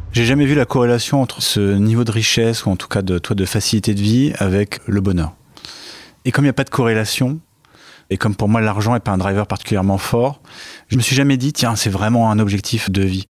J'ai jamais vu la corrélation entre ce niveau de richesse, ou en tout cas de facilité de vie, avec le bonheur. Et comme il n'y a pas de corrélation, et comme pour moi l'argent n'est pas un driver particulièrement fort, je me suis jamais dit, tiens, c'est vraiment un objectif de vie.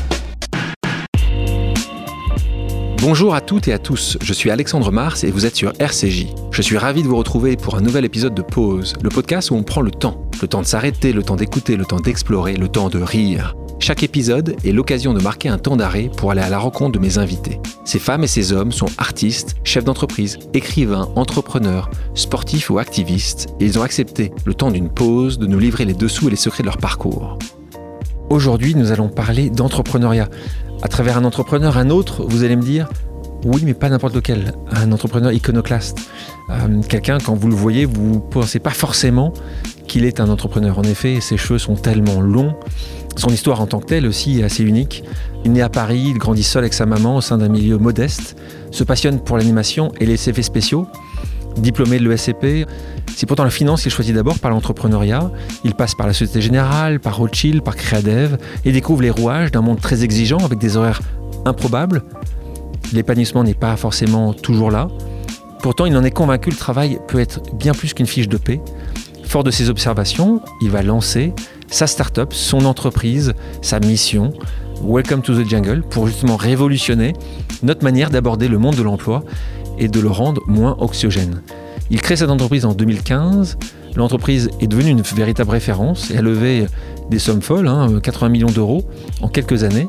Bonjour à toutes et à tous, je suis Alexandre Mars et vous êtes sur RCJ. Je suis ravi de vous retrouver pour un nouvel épisode de Pause, le podcast où on prend le temps de s'arrêter, le temps d'écouter, le temps d'explorer, le temps de rire. Chaque épisode est l'occasion de marquer un temps d'arrêt pour aller à la rencontre de mes invités. Ces femmes et ces hommes sont artistes, chefs d'entreprise, écrivains, entrepreneurs, sportifs ou activistes, et ils ont accepté, le temps d'une pause, de nous livrer les dessous et les secrets de leur parcours. Aujourd'hui, nous allons parler d'entrepreneuriat. À travers un entrepreneur, un autre, vous allez me dire, oui, mais pas n'importe lequel. Un entrepreneur iconoclaste. Quelqu'un, quand vous le voyez, vous ne pensez pas forcément qu'il est un entrepreneur. En effet, ses cheveux sont tellement longs. Son histoire en tant que telle aussi est assez unique. Il naît à Paris, il grandit seul avec sa maman au sein d'un milieu modeste, se passionne pour l'animation et les effets spéciaux. Diplômé de l'ESCP, c'est pourtant la finance qu'il choisit d'abord par l'entrepreneuriat. Il passe par la Société Générale, par Rothschild, par Créadev et découvre les rouages d'un monde très exigeant avec des horaires improbables. L'épanouissement n'est pas forcément toujours là. Pourtant, il en est convaincu, le travail peut être bien plus qu'une fiche de paie. Fort de ses observations, il va lancer sa start-up, son entreprise, sa mission, Welcome to the Jungle, pour justement révolutionner notre manière d'aborder le monde de l'emploi et de le rendre moins anxiogène. Il crée cette entreprise en 2015. L'entreprise est devenue une véritable référence et a levé des sommes folles, 80 millions d'euros en quelques années.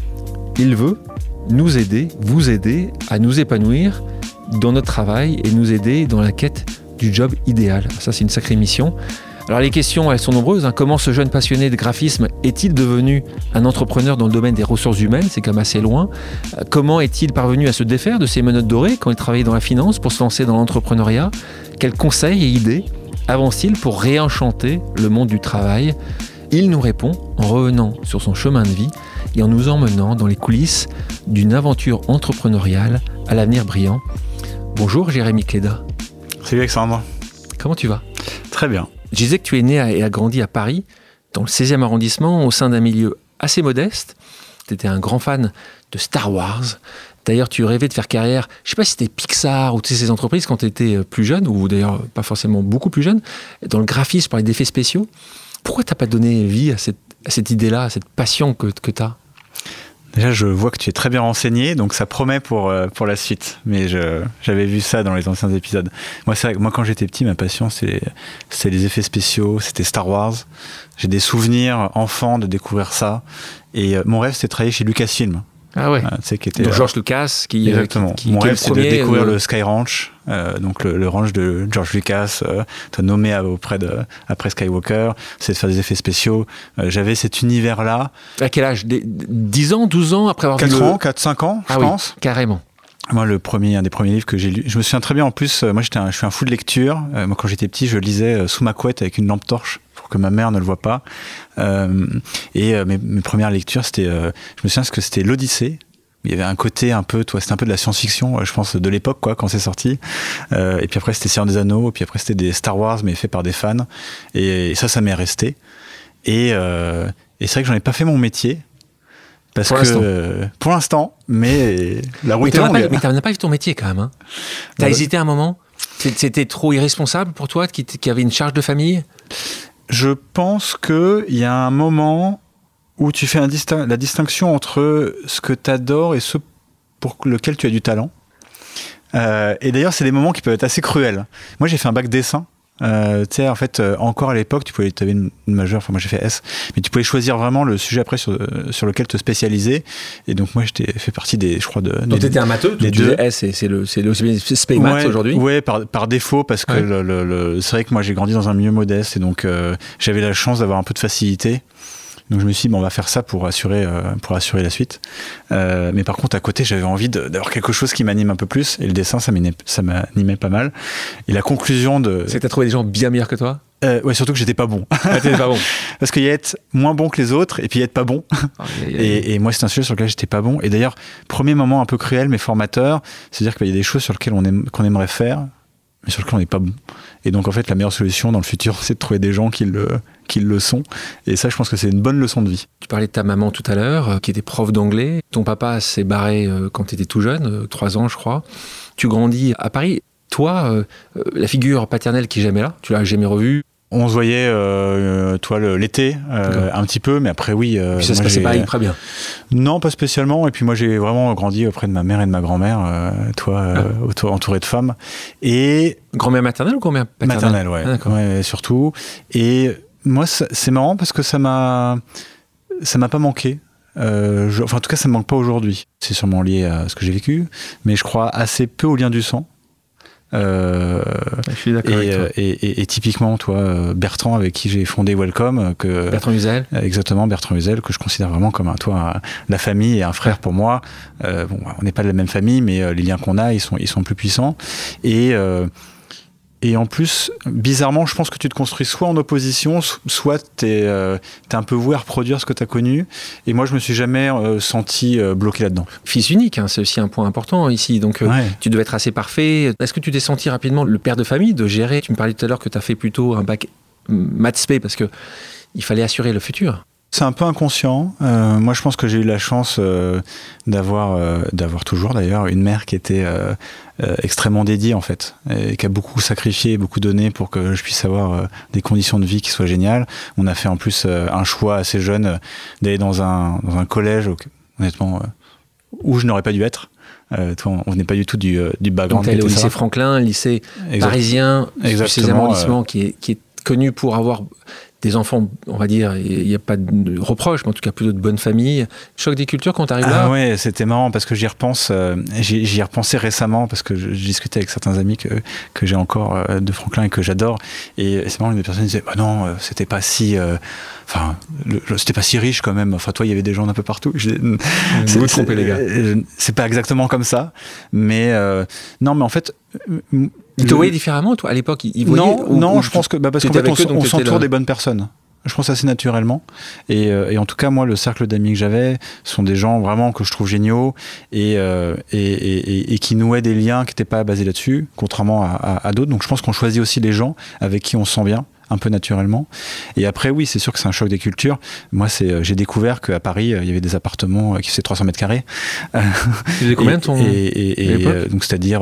Il veut nous aider, vous aider à nous épanouir dans notre travail et nous aider dans la quête du job idéal. Ça, c'est une sacrée mission. Alors les questions, elles sont nombreuses. Comment ce jeune passionné de graphisme est-il devenu un entrepreneur dans le domaine des ressources humaines ? C'est quand même assez loin. Comment est-il parvenu à se défaire de ses menottes dorées quand il travaillait dans la finance pour se lancer dans l'entrepreneuriat ? Quels conseils et idées avance-t-il pour réenchanter le monde du travail ? Il nous répond en revenant sur son chemin de vie et en nous emmenant dans les coulisses d'une aventure entrepreneuriale à l'avenir brillant. Bonjour Jérémy Cléda. Salut Alexandre. Comment tu vas ? Très bien. Je disais que tu es né et as grandi à Paris, dans le 16e arrondissement, au sein d'un milieu assez modeste. Tu étais un grand fan de Star Wars. D'ailleurs, tu rêvais de faire carrière, je ne sais pas si c'était Pixar ou ces entreprises quand tu étais plus jeune, ou d'ailleurs pas forcément beaucoup plus jeune, dans le graphisme, par les effets spéciaux. Pourquoi tu n'as pas donné vie à cette idée-là, à cette passion que tu as ? Déjà, je vois que tu es très bien renseigné, donc ça promet pour la suite. Mais j'avais vu ça dans les anciens épisodes. Moi, c'est vrai que quand j'étais petit, ma passion, c'était les effets spéciaux, c'était Star Wars. J'ai des souvenirs enfants de découvrir ça. Et mon rêve, c'était de travailler chez Lucasfilm. Ah ouais. Donc George Lucas exactement. Mon rêve, c'est de découvrir le Sky Ranch, donc le ranch de George Lucas, nommé après Skywalker. C'est de faire des effets spéciaux. J'avais cet univers-là. À quel âge ? 10 ans, 12 ans après avoir 4-5 ans, je pense. Oui, carrément. Moi, un des premiers livres que j'ai lu, je me souviens très bien en plus, moi je suis un fou de lecture. Moi, quand j'étais petit, je lisais sous ma couette avec une lampe torche pour que ma mère ne le voie pas. Mes premières lectures, je me souviens que c'était l'Odyssée. Il y avait un côté un peu, c'était un peu de la science-fiction, je pense, de l'époque, quand c'est sorti. Et puis après, c'était Seigneur des Anneaux, et puis après, c'était des Star Wars, mais fait par des fans. Et ça m'est resté. Et c'est vrai que j'en ai pas fait mon métier. Pour l'instant, mais la route est longue. Mais tu n'as pas vu ton métier quand même. Tu as hésité un moment ? C'était trop irresponsable pour toi qui avait une charge de famille ? Je pense qu'il y a un moment où tu fais la distinction entre ce que tu adores et ce pour lequel tu as du talent. Et d'ailleurs, c'est des moments qui peuvent être assez cruels. Moi, j'ai fait un bac dessin. En fait, encore à l'époque, tu avais une majeure, moi j'ai fait S, mais tu pouvais choisir vraiment le sujet après sur lequel te spécialiser. Et donc moi, j'étais fait partie des, je crois, donc t'étais un matheux, tu disais S, c'est le SPMAT aujourd'hui. Ouais, par défaut, parce que c'est vrai que moi j'ai grandi dans un milieu modeste et donc j'avais la chance d'avoir un peu de facilité. Donc je me suis dit, on va faire ça pour assurer la suite. Mais par contre, à côté, j'avais envie d'avoir quelque chose qui m'anime un peu plus. Et le dessin, ça m'animait pas mal. Et la conclusion de... C'est que t'as trouvé des gens bien meilleurs que toi ? Ouais, surtout que j'étais pas bon. T'étais pas bon. Parce qu'il y a être moins bon que les autres et puis être pas bon. Et moi, c'est un sujet sur lequel j'étais pas bon. Et d'ailleurs, premier moment un peu cruel mais formateur, c'est-à-dire qu'il y a des choses sur lesquelles qu'on aimerait faire mais sur lequel on n'est pas bon. Et donc en fait la meilleure solution dans le futur, c'est de trouver des gens qui le sont. Et ça, je pense que c'est une bonne leçon de vie. Tu parlais de ta maman tout à l'heure, qui était prof d'anglais. Ton papa s'est barré quand tu étais tout jeune, 3 ans je crois. Tu grandis à Paris. Toi, la figure paternelle qui est jamais là, tu l'as jamais revue. On se voyait, l'été, un petit peu, mais après, oui. Puis ça se passait pas très bien. Non, pas spécialement. Et puis moi, j'ai vraiment grandi auprès de ma mère et de ma grand-mère, entouré de femmes. Et grand-mère maternelle ou grand-mère paternelle? Maternelle, ouais. Ah, d'accord. Ouais, surtout. Et moi, c'est marrant parce que ça m'a pas manqué. En tout cas, ça me manque pas aujourd'hui. C'est sûrement lié à ce que j'ai vécu, mais je crois assez peu au lien du sang. Je suis d'accord avec toi. Et typiquement, toi, Bertrand, avec qui j'ai fondé Welcome, Bertrand Huzel. Exactement, Bertrand Huzel, que je considère vraiment comme la famille et un frère pour moi. On n'est pas de la même famille, mais les liens qu'on a, ils sont plus puissants. Et en plus, bizarrement, je pense que tu te construis soit en opposition, soit t'es un peu voué à reproduire ce que t'as connu. Et moi, je me suis jamais senti bloqué là-dedans. Fils unique, hein, c'est aussi un point important ici. Donc, tu devais être assez parfait. Est-ce que tu t'es senti rapidement le père de famille, de gérer? Tu me parlais tout à l'heure que tu as fait plutôt un bac maths spé parce que il fallait assurer le futur. C'est un peu inconscient. Moi, je pense que j'ai eu la chance d'avoir toujours d'ailleurs une mère qui était extrêmement dédiée en fait, et qui a beaucoup sacrifié, beaucoup donné pour que je puisse avoir des conditions de vie qui soient géniales. On a fait en plus un choix assez jeune d'aller dans un collège, honnêtement, où je n'aurais pas dû être. On venait pas du tout du background. Donc t'es allé au lycée Franklin, lycée parisien, ces arrondissements qui est connu pour avoir des enfants, on va dire, il n'y a pas de reproche, mais en tout cas plutôt de bonne famille. Choc des cultures quand tu arrives là. Ah ouais, c'était marrant parce que j'y repense. J'y ai repensé récemment parce que je discutais avec certains amis que j'ai encore de Franklin et que j'adore. Et c'est marrant, une des personnes disaient bah non, c'était pas si. C'était pas si riche quand même. Enfin, toi, il y avait des gens d'un peu partout. Vous trompez les gars. C'est pas exactement comme ça, mais non, mais en fait. Ils te voyaient différemment, toi, à l'époque? Ils voyaient, non, je pense que parce qu'en fait, on s'entoure des bonnes personnes. Je pense assez naturellement. Et en tout cas, moi, le cercle d'amis que j'avais sont des gens vraiment que je trouve géniaux et qui nouaient des liens qui n'étaient pas basés là-dessus, contrairement à d'autres. Donc, je pense qu'on choisit aussi les gens avec qui on se sent bien, un peu naturellement. Et après, oui, c'est sûr que c'est un choc des cultures. Moi, j'ai découvert qu'à Paris, il y avait des appartements qui faisaient 300 mètres carrés. Tu faisais combien de ton donc, c'est-à-dire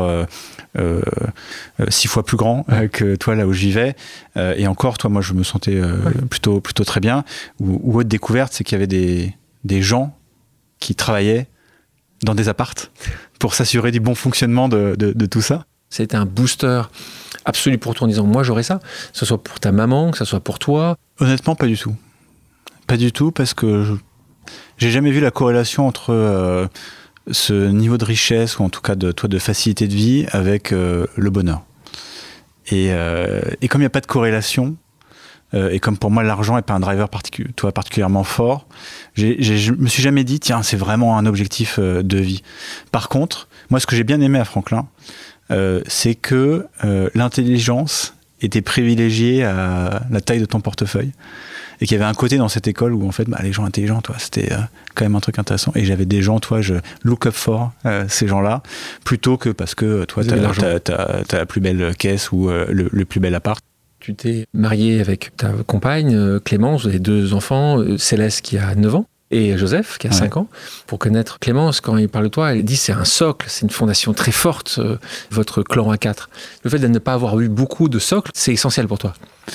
6 fois plus grand que toi, là où je vivais. Et encore, toi, moi, je me sentais plutôt très bien. Ou autre découverte, c'est qu'il y avait des gens qui travaillaient dans des appartes pour s'assurer du bon fonctionnement de tout ça. C'était un booster absolu pour toi en disant moi j'aurais ça, que ce soit pour ta maman, que ce soit pour toi? Honnêtement, pas du tout. Pas du tout, parce que j'ai jamais vu la corrélation entre ce niveau de richesse, ou en tout cas de facilité de vie, avec le bonheur. Et comme il n'y a pas de corrélation, et comme pour moi l'argent n'est pas un driver particulièrement fort, je me suis jamais dit tiens, c'est vraiment un objectif de vie. Par contre, moi ce que j'ai bien aimé à Franklin, c'est que l'intelligence était privilégiée à la taille de ton portefeuille, et qu'il y avait un côté dans cette école où en fait les gens intelligents, toi, c'était quand même un truc intéressant, et j'avais des gens, toi, je look up for ces gens-là, plutôt que parce que toi t'as la plus belle caisse ou le plus bel appart. Tu t'es marié avec ta compagne Clémence, vous avez 2 enfants, Céleste qui a 9 ans et Joseph qui a 5 ans. Pour connaître Clémence, quand il parle de toi, elle dit c'est un socle, c'est une fondation très forte, votre clan A4. Le fait de ne pas avoir eu beaucoup de socles, c'est essentiel pour toi.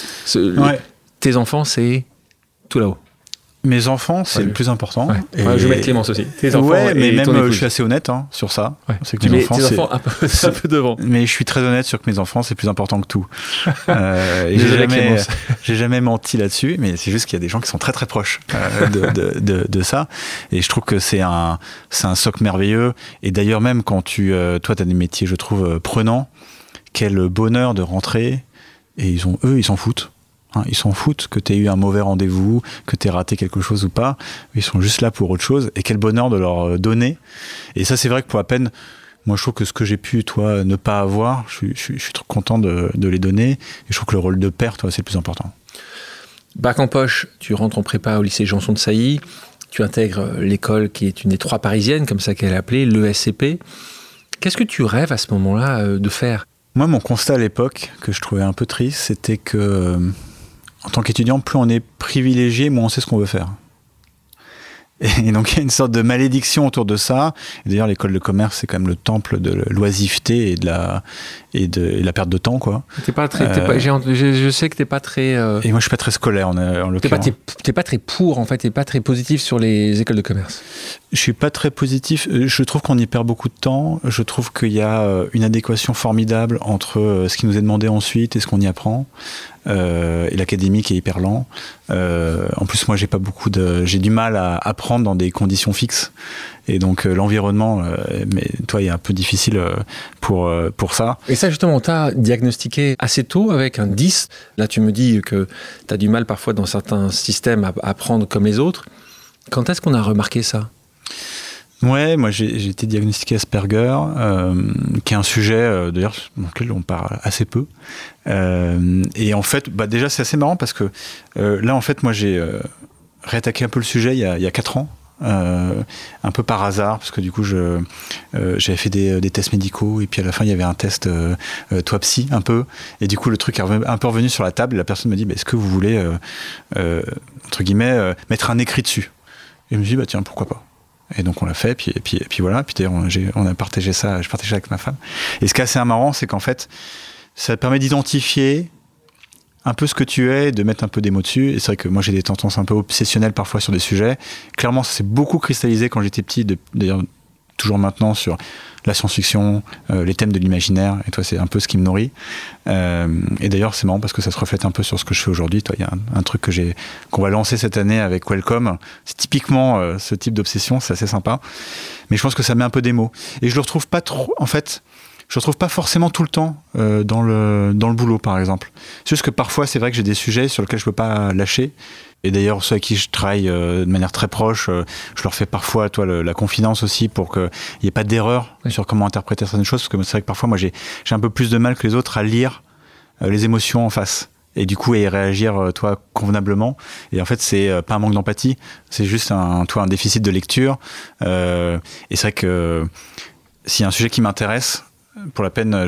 Tes enfants, c'est tout là-haut. Mes enfants, c'est le plus important. Ouais. Et je vais mettre Clémence aussi. Tes enfants, mais même je suis assez honnête sur ça. Ouais. C'est que tes enfants, un peu devant. Mais je suis très honnête sur que mes enfants, c'est plus important que tout. J'ai jamais menti là-dessus, mais c'est juste qu'il y a des gens qui sont très très proches de ça. Et je trouve que c'est un socle merveilleux. Et d'ailleurs, même quand toi, tu as des métiers, je trouve, prenants, quel bonheur de rentrer. Et ils s'en foutent. Ils s'en foutent que tu aies eu un mauvais rendez-vous, que tu aies raté quelque chose ou pas. Ils sont juste là pour autre chose. Et quel bonheur de leur donner. Et ça, c'est vrai que pour la peine, moi, je trouve que ce que j'ai pu, toi, ne pas avoir, je suis trop content de les donner. Et je trouve que le rôle de père, toi, c'est le plus important. Bac en poche, tu rentres en prépa au lycée Janson de Sailly. Tu intègres l'école qui est une des 3 parisiennes, comme ça qu'elle est appelée, l'ESCP. Qu'est-ce que tu rêves à ce moment-là de faire? Moi, mon constat à l'époque, que je trouvais un peu triste, c'était que, en tant qu'étudiant, plus on est privilégié, moins on sait ce qu'on veut faire. Et donc il y a une sorte de malédiction autour de ça. Et d'ailleurs, l'école de commerce, c'est quand même le temple de l'oisiveté et de la perte de temps, quoi. Je sais que t'es pas très. Et moi, je suis pas très scolaire en l'occurrence. T'es pas très pour, en fait. T'es pas très positif sur les écoles de commerce. Je suis pas très positif. Je trouve qu'on y perd beaucoup de temps. Je trouve qu'il y a une adéquation formidable entre ce qui nous est demandé ensuite et ce qu'on y apprend. Et l'académique est hyper lent. En plus, moi, j'ai du mal à apprendre dans des conditions fixes. Et donc, l'environnement, mais toi, il est un peu difficile pour ça. Et ça, justement, t'as diagnostiqué assez tôt avec un 10. Là, tu me dis que t'as du mal parfois dans certains systèmes à apprendre comme les autres. Quand est-ce qu'on a remarqué ça ? Ouais, moi j'ai été diagnostiqué Asperger, qui est un sujet d'ailleurs dans lequel on parle assez peu. Et en fait, déjà c'est assez marrant parce que là en fait moi j'ai réattaqué un peu le sujet il y a 4 ans. Un peu par hasard parce que du coup j'avais fait des tests médicaux et puis à la fin il y avait un test toi psy un peu et du coup le truc est un peu revenu sur la table et la personne me dit est-ce que vous voulez entre guillemets mettre un écrit dessus et je me suis dit tiens pourquoi pas. Et donc on l'a fait, puis voilà. Puis d'ailleurs on a partagé ça, je partageais avec ma femme. Et ce qui est assez marrant, c'est qu'en fait, ça te permet d'identifier un peu ce que tu es, de mettre un peu des mots dessus. Et c'est vrai que moi j'ai des tendances un peu obsessionnelles parfois sur des sujets. Clairement, ça s'est beaucoup cristallisé quand j'étais petit, d'ailleurs toujours maintenant sur la science-fiction, les thèmes de l'imaginaire. Et toi, c'est un peu ce qui me nourrit. Et d'ailleurs, c'est marrant parce que ça se reflète un peu sur ce que je fais aujourd'hui. Toi, il y a un truc qu'on va lancer cette année avec Welcome. C'est typiquement ce type d'obsession. C'est assez sympa. Mais je pense que ça met un peu des mots. Et je le retrouve pas trop. En fait, je le retrouve pas forcément tout le temps dans le boulot, par exemple. C'est juste que parfois, c'est vrai que j'ai des sujets sur lesquels je peux pas lâcher. Et d'ailleurs, ceux à qui je travaille de manière très proche, je leur fais parfois la confidence aussi pour qu'il n'y ait pas d'erreur sur comment interpréter certaines choses. Parce que c'est vrai que parfois, moi, j'ai un peu plus de mal que les autres à lire les émotions en face. Et du coup, à y réagir, convenablement. Et en fait, c'est pas un manque d'empathie, c'est juste un déficit de lecture. Et c'est vrai que s'il y a un sujet qui m'intéresse, pour la peine,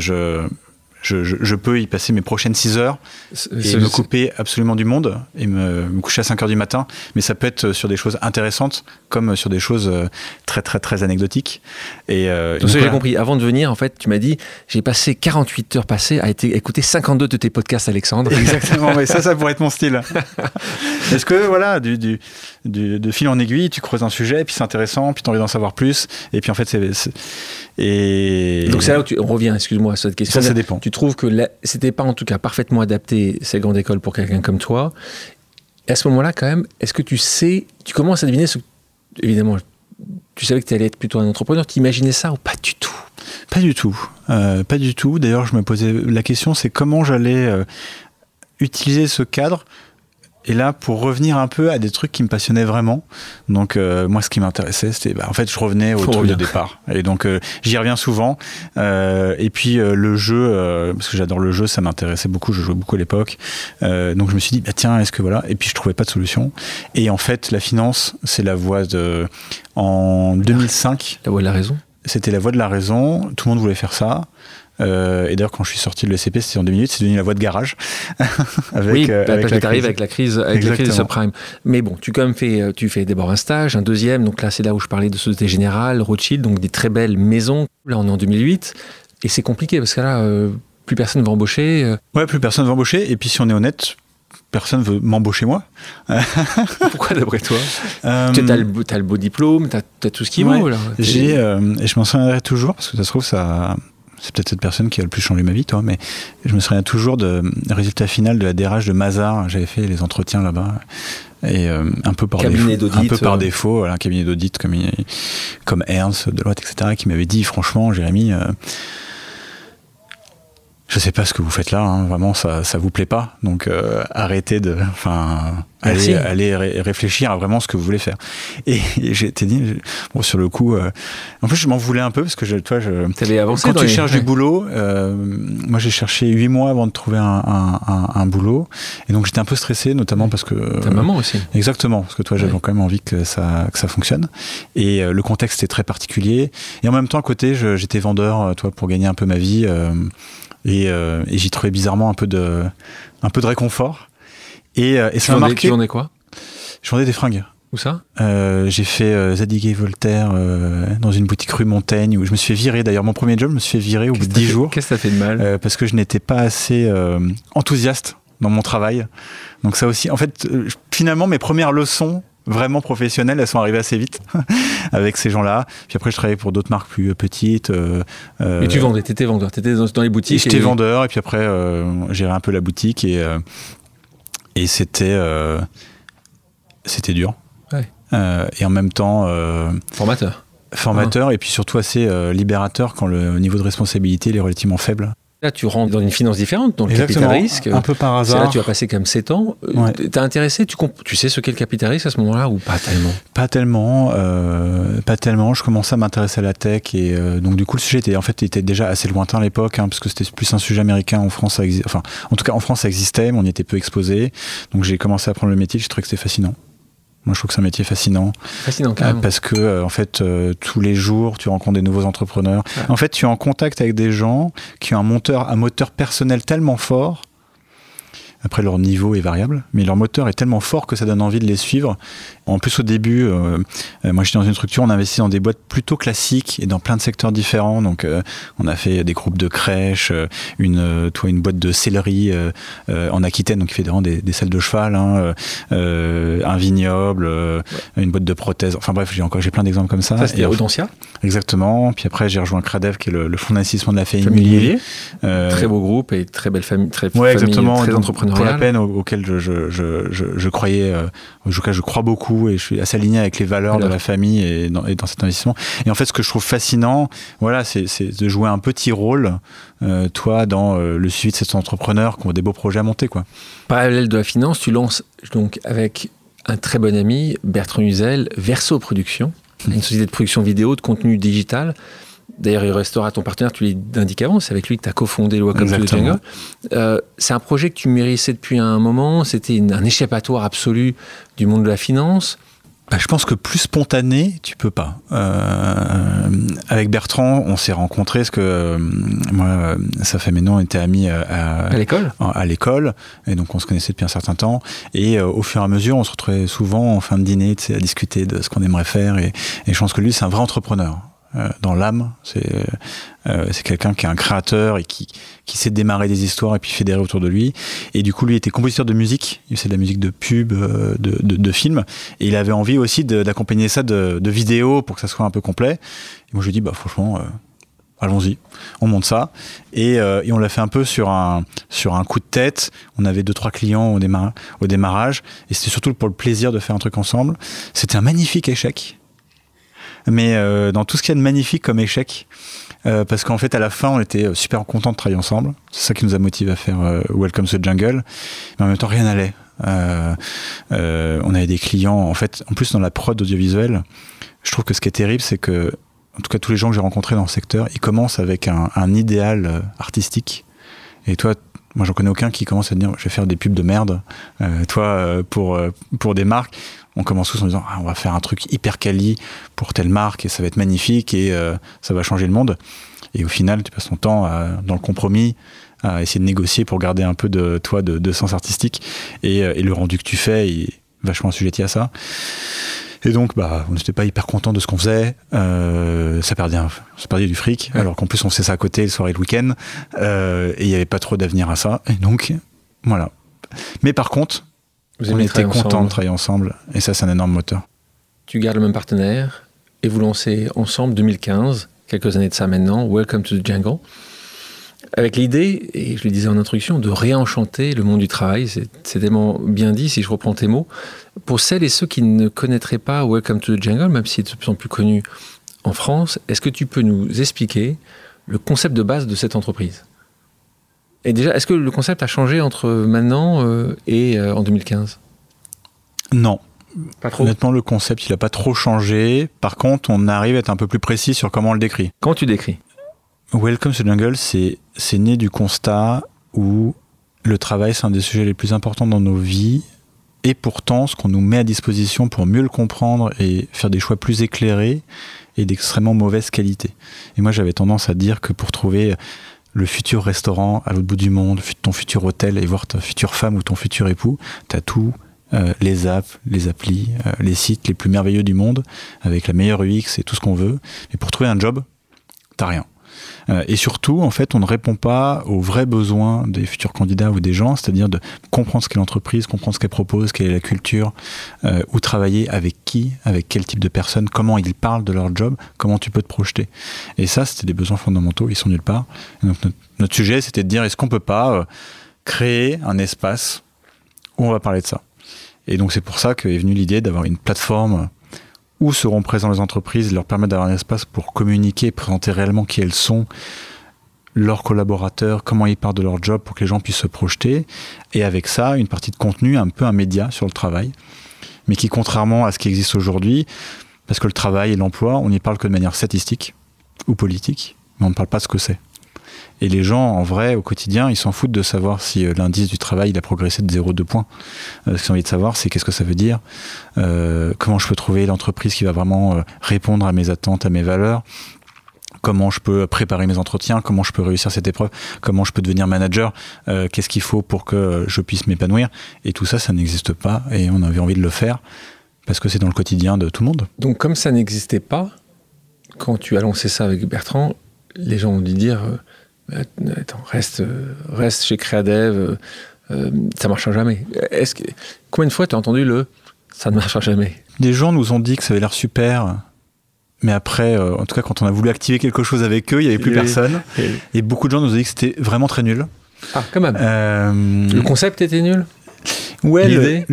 je peux y passer mes prochaines 6 heures et me couper absolument du monde et me coucher à 5 heures du matin. Mais ça peut être sur des choses intéressantes comme sur des choses très, très, très anecdotiques. Et, donc, j'ai compris. Avant de venir, en fait, tu m'as dit j'ai passé 48 heures passées à écouter 52 de tes podcasts, Alexandre. Exactement, mais ça pourrait être mon style. Est-ce que, voilà, de fil en aiguille, tu creuses un sujet, et puis c'est intéressant, puis tu as envie d'en savoir plus. Et puis en fait, donc c'est là où on revient, excuse-moi, à cette question. Ça dépend. Tu trouves que c'était pas en tout cas parfaitement adapté cette grande école pour quelqu'un comme toi. Et à ce moment-là, quand même, est-ce que tu commences à deviner évidemment, tu savais que tu allais être plutôt un entrepreneur, tu imaginais ça ou pas du tout ? Pas du tout. Pas du tout. D'ailleurs, je me posais la question, c'est comment j'allais utiliser ce cadre. Et là, pour revenir un peu à des trucs qui me passionnaient vraiment. Donc, moi, ce qui m'intéressait, c'était, en fait, je revenais au truc de départ. Et donc, j'y reviens souvent. Et puis, le jeu, parce que j'adore le jeu, ça m'intéressait beaucoup. Je jouais beaucoup à l'époque. Donc, je me suis dit, tiens, est-ce que voilà. Et puis, je trouvais pas de solution. Et en fait, la finance, c'est la voie en 2005. La voie de la raison. C'était la voie de la raison. Tout le monde voulait faire ça. Et d'ailleurs, quand je suis sorti de l'ECP, c'était en 2 minutes, c'est devenu la voie de garage. Avec la crise des subprimes. Mais bon, tu fais d'abord un stage, un deuxième, donc là, c'est là où je parlais de Société Générale, Rothschild, donc des très belles maisons. Là, on est en 2008, et c'est compliqué, parce que là, plus personne ne va embaucher. Ouais, plus personne ne va embaucher, et puis si on est honnête, personne ne veut m'embaucher moi. Pourquoi d'après toi t'as le beau diplôme, t'as tout ce qu'il faut. Là. Et je m'en souviendrai toujours, parce que ça se trouve, c'est peut-être cette personne qui a le plus changé ma vie, toi, mais je me souviens toujours du résultat final de la DRH de Mazars. J'avais fait les entretiens là-bas. Et un peu par défaut, voilà, un cabinet d'audit comme Ernst, Deloitte, etc., qui m'avait dit, franchement, Jérémy, je sais pas ce que vous faites là, hein, vraiment ça vous plaît pas, donc arrêtez allez réfléchir à vraiment ce que vous voulez faire. Et j'ai été dit, sur le coup, en plus je m'en voulais un peu parce que t'avais avancé quand tu cherches du boulot, moi j'ai cherché 8 mois avant de trouver un boulot, et donc j'étais un peu stressé, notamment parce que ta maman aussi. Exactement, parce que toi j'avais quand même envie que ça fonctionne, et le contexte était très particulier, et en même temps à côté j'étais vendeur, pour gagner un peu ma vie. Et j'y trouvais bizarrement un peu de réconfort. Et ça m'a marqué. Tu vendais quoi? Je vendais des fringues. Où ça? J'ai fait Zadig et Voltaire dans une boutique rue Montaigne où je me suis fait virer. D'ailleurs, mon premier job, je me suis fait virer au bout de 10 jours. Qu'est-ce que ça fait de mal? Parce que je n'étais pas assez enthousiaste dans mon travail. Donc ça aussi, en fait, finalement, mes premières leçons vraiment professionnelles, elles sont arrivées assez vite avec ces gens-là. Puis après, je travaillais pour d'autres marques plus petites. Mais tu vendais, t'étais vendeur, t'étais dans les boutiques. J'étais vendeur, et puis après, gérais un peu la boutique et c'était dur. Ouais. Et en même temps... Formateur, et puis surtout assez libérateur quand le niveau de responsabilité il est relativement faible. Là, tu rentres dans une finance différente, dans le Exactement, capital risque. un peu par hasard. C'est là tu vas passer quand même 7 ans. Ouais. T'es intéressé, tu sais ce qu'est le capital risque à ce moment-là ou pas tellement? Pas tellement. Je commençais à m'intéresser à la tech et donc du coup le sujet était déjà assez lointain à l'époque, parce que c'était plus un sujet américain. En France, en tout cas en France ça existait, mais on y était peu exposé. Donc j'ai commencé à apprendre le métier. Je trouvais que c'était fascinant. Moi, je trouve que c'est un métier fascinant. Fascinant, carrément. Parce que, en fait, tous les jours, tu rencontres des nouveaux entrepreneurs. Ouais. En fait, tu es en contact avec des gens qui ont un moteur personnel tellement fort. Après, leur niveau est variable, mais leur moteur est tellement fort que ça donne envie de les suivre. En plus, au début, moi, j'étais dans une structure, on investit dans des boîtes plutôt classiques et dans plein de secteurs différents. Donc, on a fait des groupes de crèches, une boîte de céleri en Aquitaine, donc qui fait vraiment des selles de cheval, un vignoble, une boîte de prothèses. Enfin bref, j'ai plein d'exemples comme ça. Ça, c'était Audencia. Exactement. Puis après, j'ai rejoint Cradev, qui est le fonds d'investissement de la famille Immobilier. Très beau groupe et très belle famille, très entrepreneuriale. Pour la peine auquel je croyais, auquel je crois beaucoup, et je suis assez aligné avec les valeurs de la famille et dans cet investissement. Et en fait, ce que je trouve fascinant, voilà, c'est de jouer un petit rôle, toi, dans le suivi de ces entrepreneurs qui ont des beaux projets à monter, quoi. Parallèle de la finance, tu lances donc avec un très bon ami, Bertrand Huzel, Verso Productions, une société de production vidéo, de contenu digital. D'ailleurs, il restera ton partenaire, tu l'indiques avant, c'est avec lui que tu as cofondé le Welcome to the Jungle. C'est un projet que tu mûrissais depuis un moment, c'était un échappatoire absolu du monde de la finance. Je pense que plus spontané, tu peux pas. Avec Bertrand, on s'est rencontrés parce que moi, ça fait maintenant, on était amis à l'école, et donc on se connaissait depuis un certain temps. Et au fur et à mesure, on se retrouvait souvent en fin de dîner, à discuter de ce qu'on aimerait faire. Et je pense que lui, c'est un vrai entrepreneur. Dans l'âme, c'est quelqu'un qui est un créateur et qui sait démarrer des histoires et puis fédérer autour de lui. Et du coup, lui était compositeur de musique, il faisait de la musique de pub, de films, et il avait envie aussi d'accompagner ça de vidéos pour que ça soit un peu complet. Et moi, je lui ai dit, franchement, allons-y, on monte ça. Et on l'a fait un peu sur un coup de tête. On avait 2-3 clients au démarrage, et c'était surtout pour le plaisir de faire un truc ensemble. C'était un magnifique échec. Mais dans tout ce qu'il y a de magnifique comme échec, parce qu'en fait à la fin on était super contents de travailler ensemble, c'est ça qui nous a motivé à faire Welcome to the Jungle, mais en même temps rien n'allait. On avait des clients, en fait, en plus dans la prod audiovisuelle, je trouve que ce qui est terrible, c'est que, en tout cas tous les gens que j'ai rencontrés dans le secteur, ils commencent avec un idéal artistique, et toi, moi j'en connais aucun qui commence à dire je vais faire des pubs de merde, pour des marques. On commence tous en disant on va faire un truc hyper quali pour telle marque et ça va être magnifique et ça va changer le monde. Et au final, tu passes ton temps dans le compromis à essayer de négocier pour garder un peu de sens artistique. Et le rendu que tu fais est vachement assujetti à ça. Et donc, on n'était pas hyper content de ce qu'on faisait. Ça perdait du fric, alors qu'en plus on faisait ça à côté le soir et le week-end. Et il n'y avait pas trop d'avenir à ça. Et donc, voilà. Mais par contre, on était contents de travailler ensemble, et ça, c'est un énorme moteur. Tu gardes le même partenaire, et vous lancez ensemble 2015, quelques années de ça maintenant, Welcome to the Jungle, avec l'idée, et je le disais en introduction, de réenchanter le monde du travail. C'est tellement bien dit, si je reprends tes mots. Pour celles et ceux qui ne connaîtraient pas Welcome to the Jungle, même s'il est de plus en plus connu en France, est-ce que tu peux nous expliquer le concept de base de cette entreprise ? Et déjà, est-ce que le concept a changé entre maintenant et en 2015 ? Non. Pas trop. Honnêtement, le concept, il n'a pas trop changé. Par contre, on arrive à être un peu plus précis sur comment on le décrit. Comment tu décris ? Welcome to the Jungle, c'est né du constat où le travail, c'est un des sujets les plus importants dans nos vies. Et pourtant, ce qu'on nous met à disposition pour mieux le comprendre et faire des choix plus éclairés est d'extrêmement mauvaise qualité. Et moi, j'avais tendance à dire que pour trouver le futur restaurant à l'autre bout du monde, ton futur hôtel et voir ta future femme ou ton futur époux. Tu as tout, les apps, les applis, les sites les plus merveilleux du monde, avec la meilleure UX et tout ce qu'on veut. Mais pour trouver un job, t'as rien. Et surtout, en fait, on ne répond pas aux vrais besoins des futurs candidats ou des gens, c'est-à-dire de comprendre ce qu'est l'entreprise, comprendre ce qu'elle propose, quelle est la culture, où travailler, avec qui, avec quel type de personnes, comment ils parlent de leur job, comment tu peux te projeter. Et ça, c'était des besoins fondamentaux, ils sont nulle part. Et donc, notre sujet, c'était de dire, est-ce qu'on peut pas créer un espace où on va parler de ça ? Et donc, c'est pour ça qu'est venue l'idée d'avoir une plateforme où seront présents les entreprises, leur permettre d'avoir un espace pour communiquer, présenter réellement qui elles sont, leurs collaborateurs, comment ils parlent de leur job pour que les gens puissent se projeter. Et avec ça, une partie de contenu, un peu un média sur le travail, mais qui, contrairement à ce qui existe aujourd'hui, parce que le travail et l'emploi, on n'y parle que de manière statistique ou politique, mais on ne parle pas de ce que c'est. Et les gens, en vrai, au quotidien, ils s'en foutent de savoir si l'indice du travail il a progressé de 0,2 points. Ce qu'ils ont envie de savoir, c'est qu'est-ce que ça veut dire, comment je peux trouver l'entreprise qui va vraiment répondre à mes attentes, à mes valeurs, comment je peux préparer mes entretiens, comment je peux réussir cette épreuve, comment je peux devenir manager, qu'est-ce qu'il faut pour que je puisse m'épanouir. Et tout ça, ça n'existe pas et on avait envie de le faire parce que c'est dans le quotidien de tout le monde. Donc comme ça n'existait pas, quand tu as lancé ça avec Bertrand, les gens ont dû dire... Attends, reste chez Créadev, ça marchera jamais. Combien de fois tu as entendu ça ne marchera jamais? Des gens nous ont dit que ça avait l'air super, mais après, en tout cas, quand on a voulu activer quelque chose avec eux, il n'y avait plus personne. Et beaucoup de gens nous ont dit que c'était vraiment très nul. Ah, quand même. Le concept était nul? Ouais,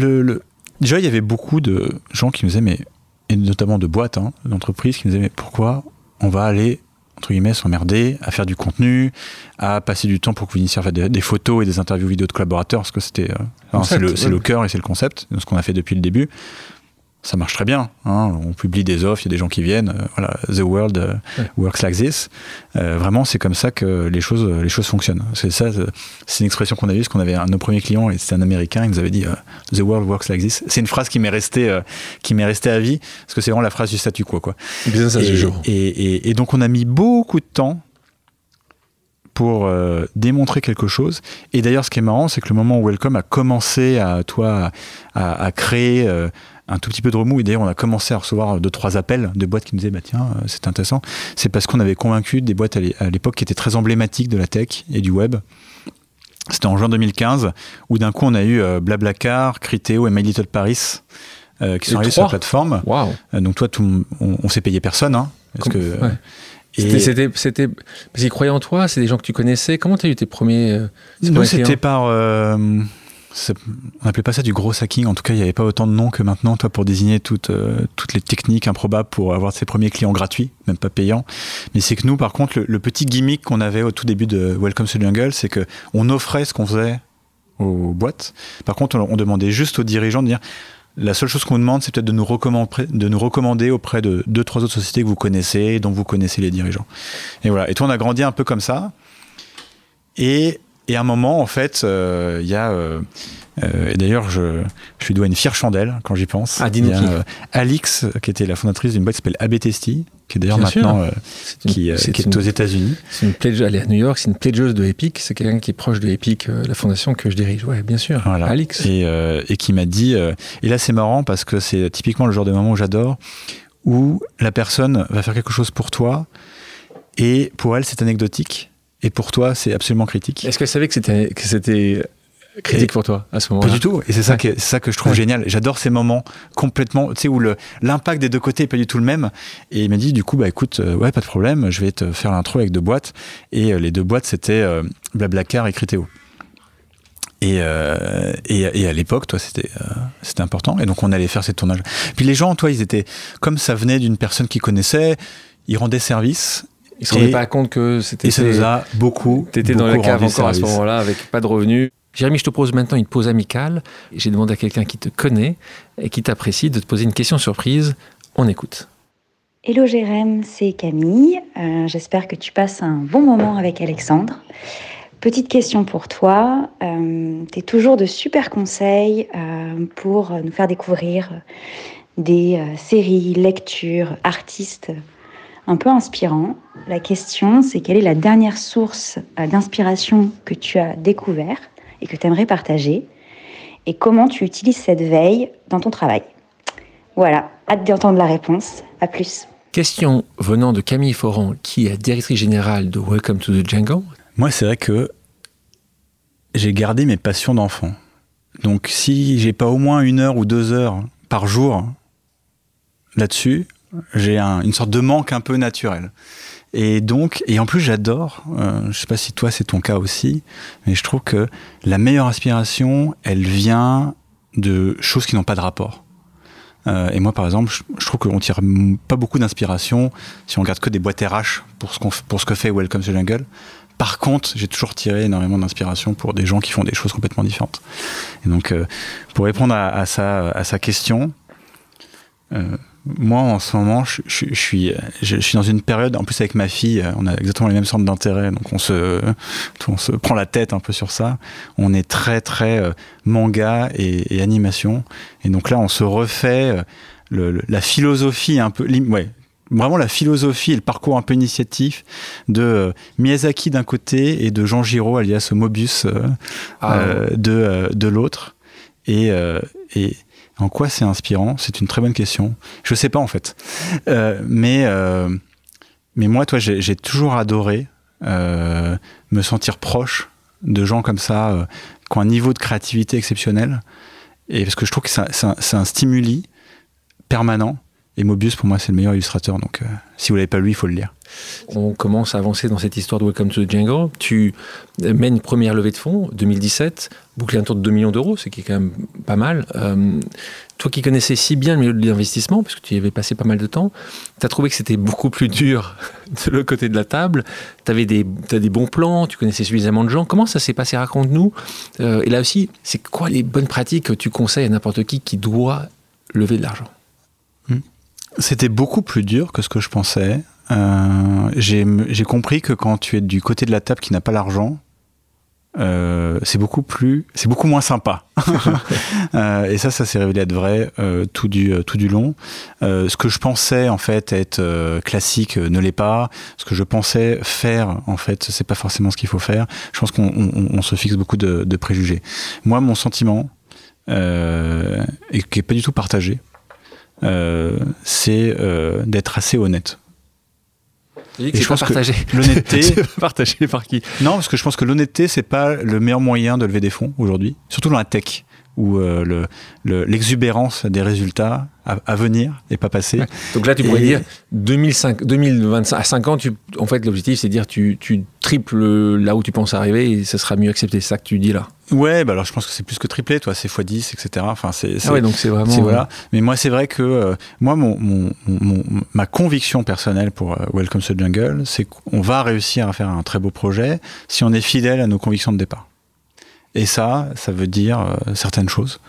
déjà, il y avait beaucoup de gens qui nous disaient, et notamment de boîtes, d'entreprises, qui nous disaient, mais pourquoi on va aller entre guillemets, s'emmerder à faire du contenu, à passer du temps pour que vous initiez à faire des photos et des interviews vidéo de collaborateurs, parce que c'est le cœur et c'est le concept, ce qu'on a fait depuis le début. Ça marche très bien, on publie des offres, il y a des gens qui viennent, voilà, the world works like this. Vraiment, c'est comme ça que les choses fonctionnent. C'est une expression qu'on a eue, parce qu'on avait un de nos premiers clients, et c'était un Américain, il nous avait dit the world works like this. C'est une phrase qui m'est restée à vie, parce que c'est vraiment la phrase du statu quo, quoi. Et donc on a mis beaucoup de temps pour démontrer quelque chose. Et d'ailleurs, ce qui est marrant, c'est que le moment où Welcome a commencé à créer un tout petit peu de remous, et d'ailleurs on a commencé à recevoir 2-3 appels de boîtes qui nous disaient tiens, c'est intéressant, c'est parce qu'on avait convaincu des boîtes à l'époque qui étaient très emblématiques de la tech et du web. C'était en juin 2015 où d'un coup on a eu Blablacar, Criteo et My Little Paris qui sont arrivés sur la plateforme. Wow. Donc toi, on s'est payé personne, C'était parce qu'ils croyaient en toi, c'est des gens que tu connaissais. Comment tu as eu tes premiers Nous, c'était par on n'appelait pas ça du gros hacking, en tout cas il n'y avait pas autant de noms que maintenant, toi, pour désigner toutes les techniques improbables pour avoir ses premiers clients gratuits, même pas payants. Mais c'est que nous, par contre, le petit gimmick qu'on avait au tout début de Welcome to the Jungle, c'est qu'on offrait ce qu'on faisait aux boîtes. Par contre, on demandait juste aux dirigeants de dire la seule chose qu'on vous demande, c'est peut-être de nous recommander auprès de 2-3 autres sociétés que vous connaissez, dont vous connaissez les dirigeants. Et voilà. Et toi, on a grandi un peu comme ça. Et à un moment, en fait, il y a... et d'ailleurs, je lui dois une fière chandelle quand j'y pense. Il y a Alix, qui était la fondatrice d'une boîte qui s'appelle ABTST, qui est d'ailleurs maintenant qui est aux États-Unis. C'est une pledge, elle est à New York, c'est une pledgeuse de Epic, c'est quelqu'un qui est proche de Epic, la fondation que je dirige. Ouais, bien sûr. Voilà. Alix. Et qui m'a dit, et là c'est marrant parce que c'est typiquement le genre de moment où j'adore, où la personne va faire quelque chose pour toi et pour elle c'est anecdotique et pour toi c'est absolument critique. Est-ce qu'elle savait que c'était critique pour toi à ce moment-là? Pas du tout, et c'est ça que je trouve génial. J'adore ces moments complètement, tu sais, où l'impact des deux côtés est pas du tout le même. Et il m'a dit du coup, écoute, pas de problème, je vais te faire l'intro avec 2 boîtes. Et les 2 boîtes, c'était Blablacar et Criteo. Et à l'époque, toi, c'était important. Et donc on allait faire ces tournages. Puis les gens, toi, ils étaient, comme ça venait d'une personne qu'ils connaissaient, ils rendaient service. Ils se rendaient pas compte que c'était... Et ça nous a beaucoup T'étais dans la cave encore service. À ce moment-là, avec pas de revenus. Jérémy, je te pose maintenant une pause amicale. J'ai demandé à quelqu'un qui te connaît et qui t'apprécie de te poser une question surprise. On écoute. Hello Jérém, c'est Camille. J'espère que tu passes un bon moment avec Alexandre. Petite question pour toi. Tu es toujours de super conseils pour nous faire découvrir des séries, lectures, artistes un peu inspirant. La question, c'est quelle est la dernière source d'inspiration que tu as découvert et que tu aimerais partager, et comment tu utilises cette veille dans ton travail. Voilà, hâte d'entendre la réponse. À plus. Question venant de Camille Foran, qui est directrice générale de Welcome to the Jungle. Moi, c'est vrai que j'ai gardé mes passions d'enfant. Donc, si j'ai pas au moins 1 heure ou 2 heures par jour là-dessus, j'ai une sorte de manque un peu naturel. Et en plus, j'adore, je sais pas si toi c'est ton cas aussi, mais je trouve que la meilleure inspiration, elle vient de choses qui n'ont pas de rapport. Et moi, par exemple, je trouve qu'on tire pas beaucoup d'inspiration si on regarde que des boîtes RH pour ce que fait Welcome to the Jungle. Par contre, j'ai toujours tiré énormément d'inspiration pour des gens qui font des choses complètement différentes. Et donc, pour répondre à sa question, moi, en ce moment, je suis dans une période, en plus avec ma fille, on a exactement les mêmes centres d'intérêt, donc on se prend la tête un peu sur ça. On est très, très manga et animation. Et donc là, on se refait la philosophie un peu... vraiment la philosophie et le parcours un peu initiatif de Miyazaki d'un côté et de Jean Giraud, alias Mobius, de l'autre. Et en quoi c'est inspirant ? C'est une très bonne question. Je sais pas en fait. Mais moi, toi, j'ai toujours adoré me sentir proche de gens comme ça, qui ont un niveau de créativité exceptionnel. Et parce que je trouve que c'est un stimuli permanent. Et Mobius, pour moi, c'est le meilleur illustrateur. Donc, si vous l'avez pas lu, il faut le lire. On commence à avancer dans cette histoire de Welcome to the Jungle. Tu mènes une première levée de fonds, 2017, bouclé un tour de 2 millions d'euros, ce qui est quand même pas mal. Toi qui connaissais si bien le milieu de l'investissement, parce que tu y avais passé pas mal de temps, tu as trouvé que c'était beaucoup plus dur de l'autre côté de la table. T'as des bons plans, tu connaissais suffisamment de gens. Comment ça s'est passé ? Raconte-nous. Et là aussi, c'est quoi les bonnes pratiques que tu conseilles à n'importe qui doit lever de l'argent ? C'était beaucoup plus dur que ce que je pensais. J'ai compris que quand tu es du côté de la table qui n'a pas l'argent, c'est beaucoup moins sympa. Et ça s'est révélé être vrai tout du long. Ce que je pensais en fait être classique ne l'est pas. Ce que je pensais faire en fait, c'est pas forcément ce qu'il faut faire. Je pense qu'on se fixe beaucoup de préjugés. Moi, mon sentiment, et qui est pas du tout partagé, c'est d'être assez honnête. Et je pense partagé. Que l'honnêteté, c'est partagé par qui ? Non, parce que je pense que l'honnêteté, c'est pas le meilleur moyen de lever des fonds aujourd'hui, surtout dans la tech, où l'exubérance des résultats à venir et pas passer. Ouais. Donc là, tu pourrais dire 2025 à 5 ans, en fait, l'objectif, c'est de dire tu triples là où tu penses arriver et ça sera mieux accepté. C'est ça que tu dis là. Ouais, bah alors je pense que c'est plus que triplé, toi, c'est x10, etc. Enfin, donc c'est vraiment. Voilà. Mais moi, c'est vrai que ma conviction personnelle pour Welcome to the Jungle, c'est qu'on va réussir à faire un très beau projet si on est fidèle à nos convictions de départ. Et ça veut dire certaines choses.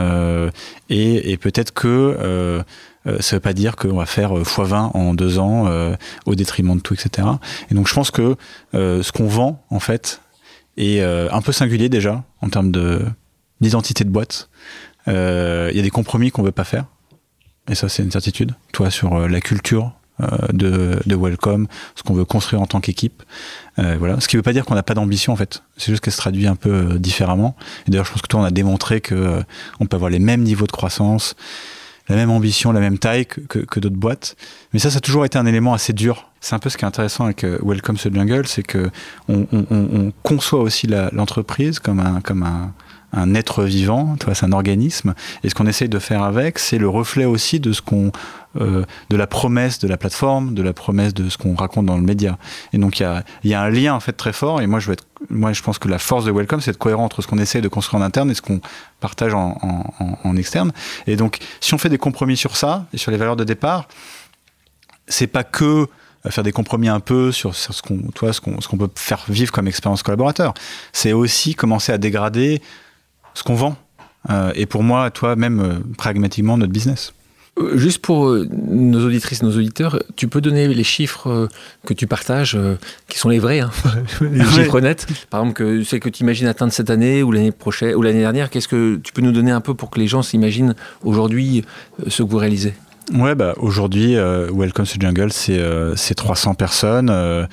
Et peut-être que ça veut pas dire qu'on va faire x20 en 2 ans au détriment de tout, etc. Et donc je pense que ce qu'on vend, en fait, est un peu singulier déjà, en termes d'identité de boîte. Il y a des compromis qu'on veut pas faire. Et ça, c'est une certitude. Toi, sur la culture de Welcome, ce qu'on veut construire en tant qu'équipe. Voilà. Ce qui ne veut pas dire qu'on n'a pas d'ambition, en fait. C'est juste qu'elle se traduit un peu différemment. Et d'ailleurs, je pense que toi, on a démontré qu'on peut avoir les mêmes niveaux de croissance, la même ambition, la même taille que d'autres boîtes. Mais ça a toujours été un élément assez dur. C'est un peu ce qui est intéressant avec Welcome to the Jungle, c'est qu'on conçoit aussi l'entreprise comme un être vivant, c'est un organisme. Et ce qu'on essaye de faire avec, c'est le reflet aussi de de la promesse de la plateforme, de la promesse de ce qu'on raconte dans le média. Et donc il y a un lien en fait très fort. Et moi je pense que la force de Welcome, c'est de cohérent entre ce qu'on essaie de construire en interne et ce qu'on partage en externe. Et donc si on fait des compromis sur ça et sur les valeurs de départ, c'est pas que faire des compromis un peu sur ce qu'on peut faire vivre comme expérience collaborateur. C'est aussi commencer à dégrader ce qu'on vend. Et pour moi, toi, même pragmatiquement, notre business. Juste pour nos auditrices, nos auditeurs, tu peux donner les chiffres que tu partages, qui sont les vrais, hein, les chiffres honnêtes. Par exemple, c'est que tu imagines atteindre cette année ou l'année prochaine ou l'année dernière. Qu'est-ce que tu peux nous donner un peu pour que les gens s'imaginent aujourd'hui ce que vous réalisez ? Ouais, aujourd'hui, Welcome to Jungle, c'est 300 personnes.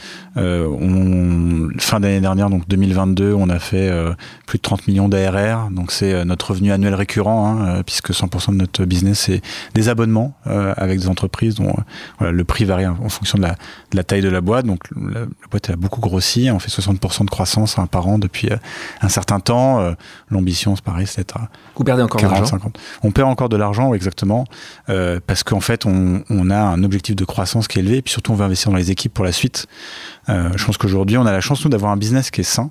Fin d'année dernière, donc 2022, on a fait plus de 30 millions d'ARR. Donc c'est notre revenu annuel récurrent, puisque 100% de notre business, c'est des abonnements avec des entreprises dont le prix varie en fonction de la taille de la boîte. Donc la boîte a beaucoup grossi. On fait 60% de croissance par an depuis un certain temps. L'ambition, c'est pareil, c'est d'être à Vous perdez encore de l'argent 50. On perd encore de l'argent, oui, exactement, parce qu'en fait, on a un objectif de croissance qui est élevé, et puis surtout, on veut investir dans les équipes pour la suite. Je pense qu'aujourd'hui, on a la chance, nous, d'avoir un business qui est sain,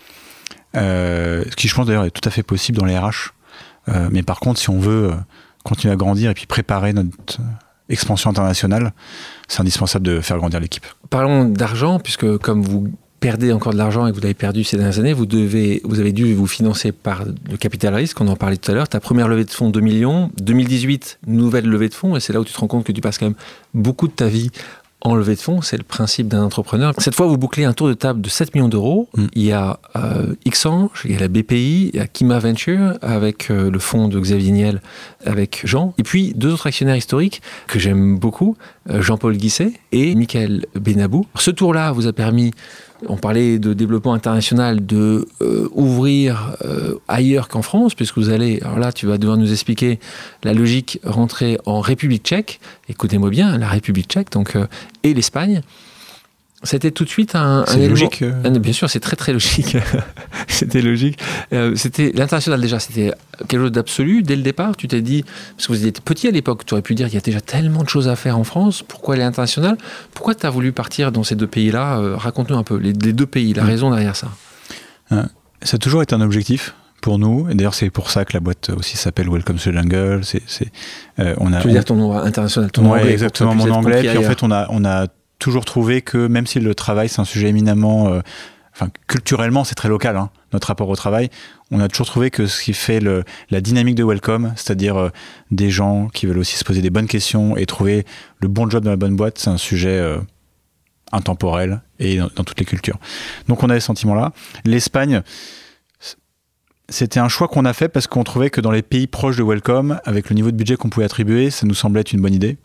ce qui, je pense, d'ailleurs, est tout à fait possible dans les RH. Mais par contre, si on veut continuer à grandir et puis préparer notre expansion internationale, c'est indispensable de faire grandir l'équipe. Parlons d'argent, puisque comme vous perdez encore de l'argent et que vous l'avez perdu ces dernières années, vous avez dû vous financer par le capital risque, on en parlait tout à l'heure. Ta première levée de fonds, 2 millions. 2018, nouvelle levée de fonds, et c'est là où tu te rends compte que tu passes quand même beaucoup de ta vie en levée de fonds. C'est le principe d'un entrepreneur. Cette fois, vous bouclez un tour de table de 7 millions d'euros. Il y a Xange, il y a la BPI, il y a Kima Venture avec le fonds de Xavier Niel avec Jean. Et puis, 2 autres actionnaires historiques que j'aime beaucoup, Jean-Paul Guisset et Michael Benabou. Ce tour-là vous a permis, on parlait de développement international, de ouvrir ailleurs qu'en France, puisque vous allez, alors là tu vas devoir nous expliquer la logique, rentrer en République tchèque, écoutez-moi bien, la République tchèque, donc, et l'Espagne. C'était tout de suite un c'est logique. Bien sûr, c'est très très logique. C'était logique. C'était l'international déjà, c'était quelque chose d'absolu dès le départ. Tu t'es dit, parce que vous étiez petit à l'époque, tu aurais pu dire il y a déjà tellement de choses à faire en France. Pourquoi aller international ? Pourquoi tu as voulu partir dans ces 2 pays-là ? Raconte-nous un peu les 2 pays, la raison derrière ça. Ça a toujours été un objectif pour nous, et d'ailleurs c'est pour ça que la boîte aussi s'appelle Welcome to Jungle. Tu veux dire ton nom international, ton anglais. Exactement, mon anglais. Puis en fait, on a toujours trouvé que même si le travail c'est un sujet éminemment, culturellement c'est très local, hein, notre rapport au travail, on a toujours trouvé que ce qui fait la dynamique de Welcome, c'est-à-dire des gens qui veulent aussi se poser des bonnes questions et trouver le bon job dans la bonne boîte, c'est un sujet intemporel et dans toutes les cultures. Donc on a ce sentiment-là. L'Espagne, c'était un choix qu'on a fait parce qu'on trouvait que dans les pays proches de Welcome, avec le niveau de budget qu'on pouvait attribuer, ça nous semblait être une bonne idée.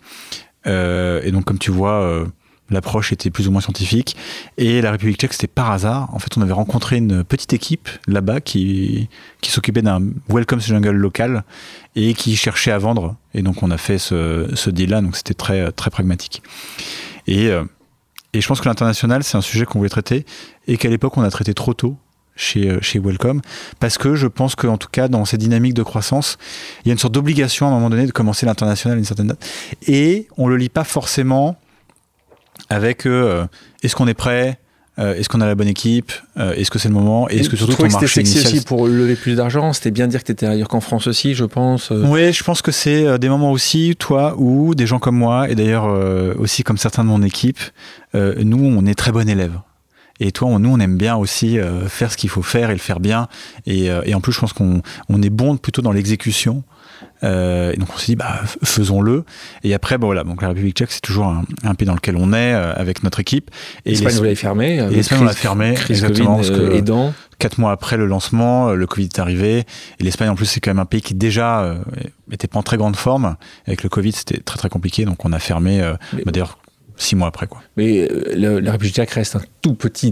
Et donc comme tu vois, l'approche était plus ou moins scientifique. Et la République tchèque, c'était par hasard. En fait, on avait rencontré une petite équipe là-bas qui s'occupait d'un Welcome to Jungle local et qui cherchait à vendre. Et donc, on a fait ce deal-là. Donc, c'était très, très pragmatique. Et je pense que l'international, c'est un sujet qu'on voulait traiter et qu'à l'époque, on a traité trop tôt chez Welcome. Parce que je pense qu'en tout cas, dans ces dynamiques de croissance, il y a une sorte d'obligation à un moment donné de commencer l'international à une certaine date. Et on le lit pas forcément avec est-ce qu'on est prêt, est-ce qu'on a la bonne équipe, est-ce que c'est le moment, et est-ce que surtout ton marché initial... C'était sexy aussi pour lever plus d'argent, c'était bien de dire que tu étais ailleurs qu'en France aussi, je pense. Oui, je pense que c'est des moments aussi, toi, ou des gens comme moi, et d'ailleurs aussi comme certains de mon équipe, nous, on est très bon élève. Et toi, nous, on aime bien aussi faire ce qu'il faut faire et le faire bien. Et en plus, je pense qu'on est bon plutôt dans l'exécution. Et donc on s'est dit faisons-le, et après voilà, donc la République tchèque c'est toujours un pays dans lequel on est avec notre équipe, et l'Espagne vous l'avez fermé, et l'Espagne on l'a fermé exactement COVID, parce que aidant. 4 mois après le lancement, le Covid est arrivé, et l'Espagne en plus c'est quand même un pays qui déjà était pas en très grande forme. Avec le Covid c'était très très compliqué, donc on a fermé d'ailleurs 6 mois après, quoi. Mais la République tchèque reste un tout petit.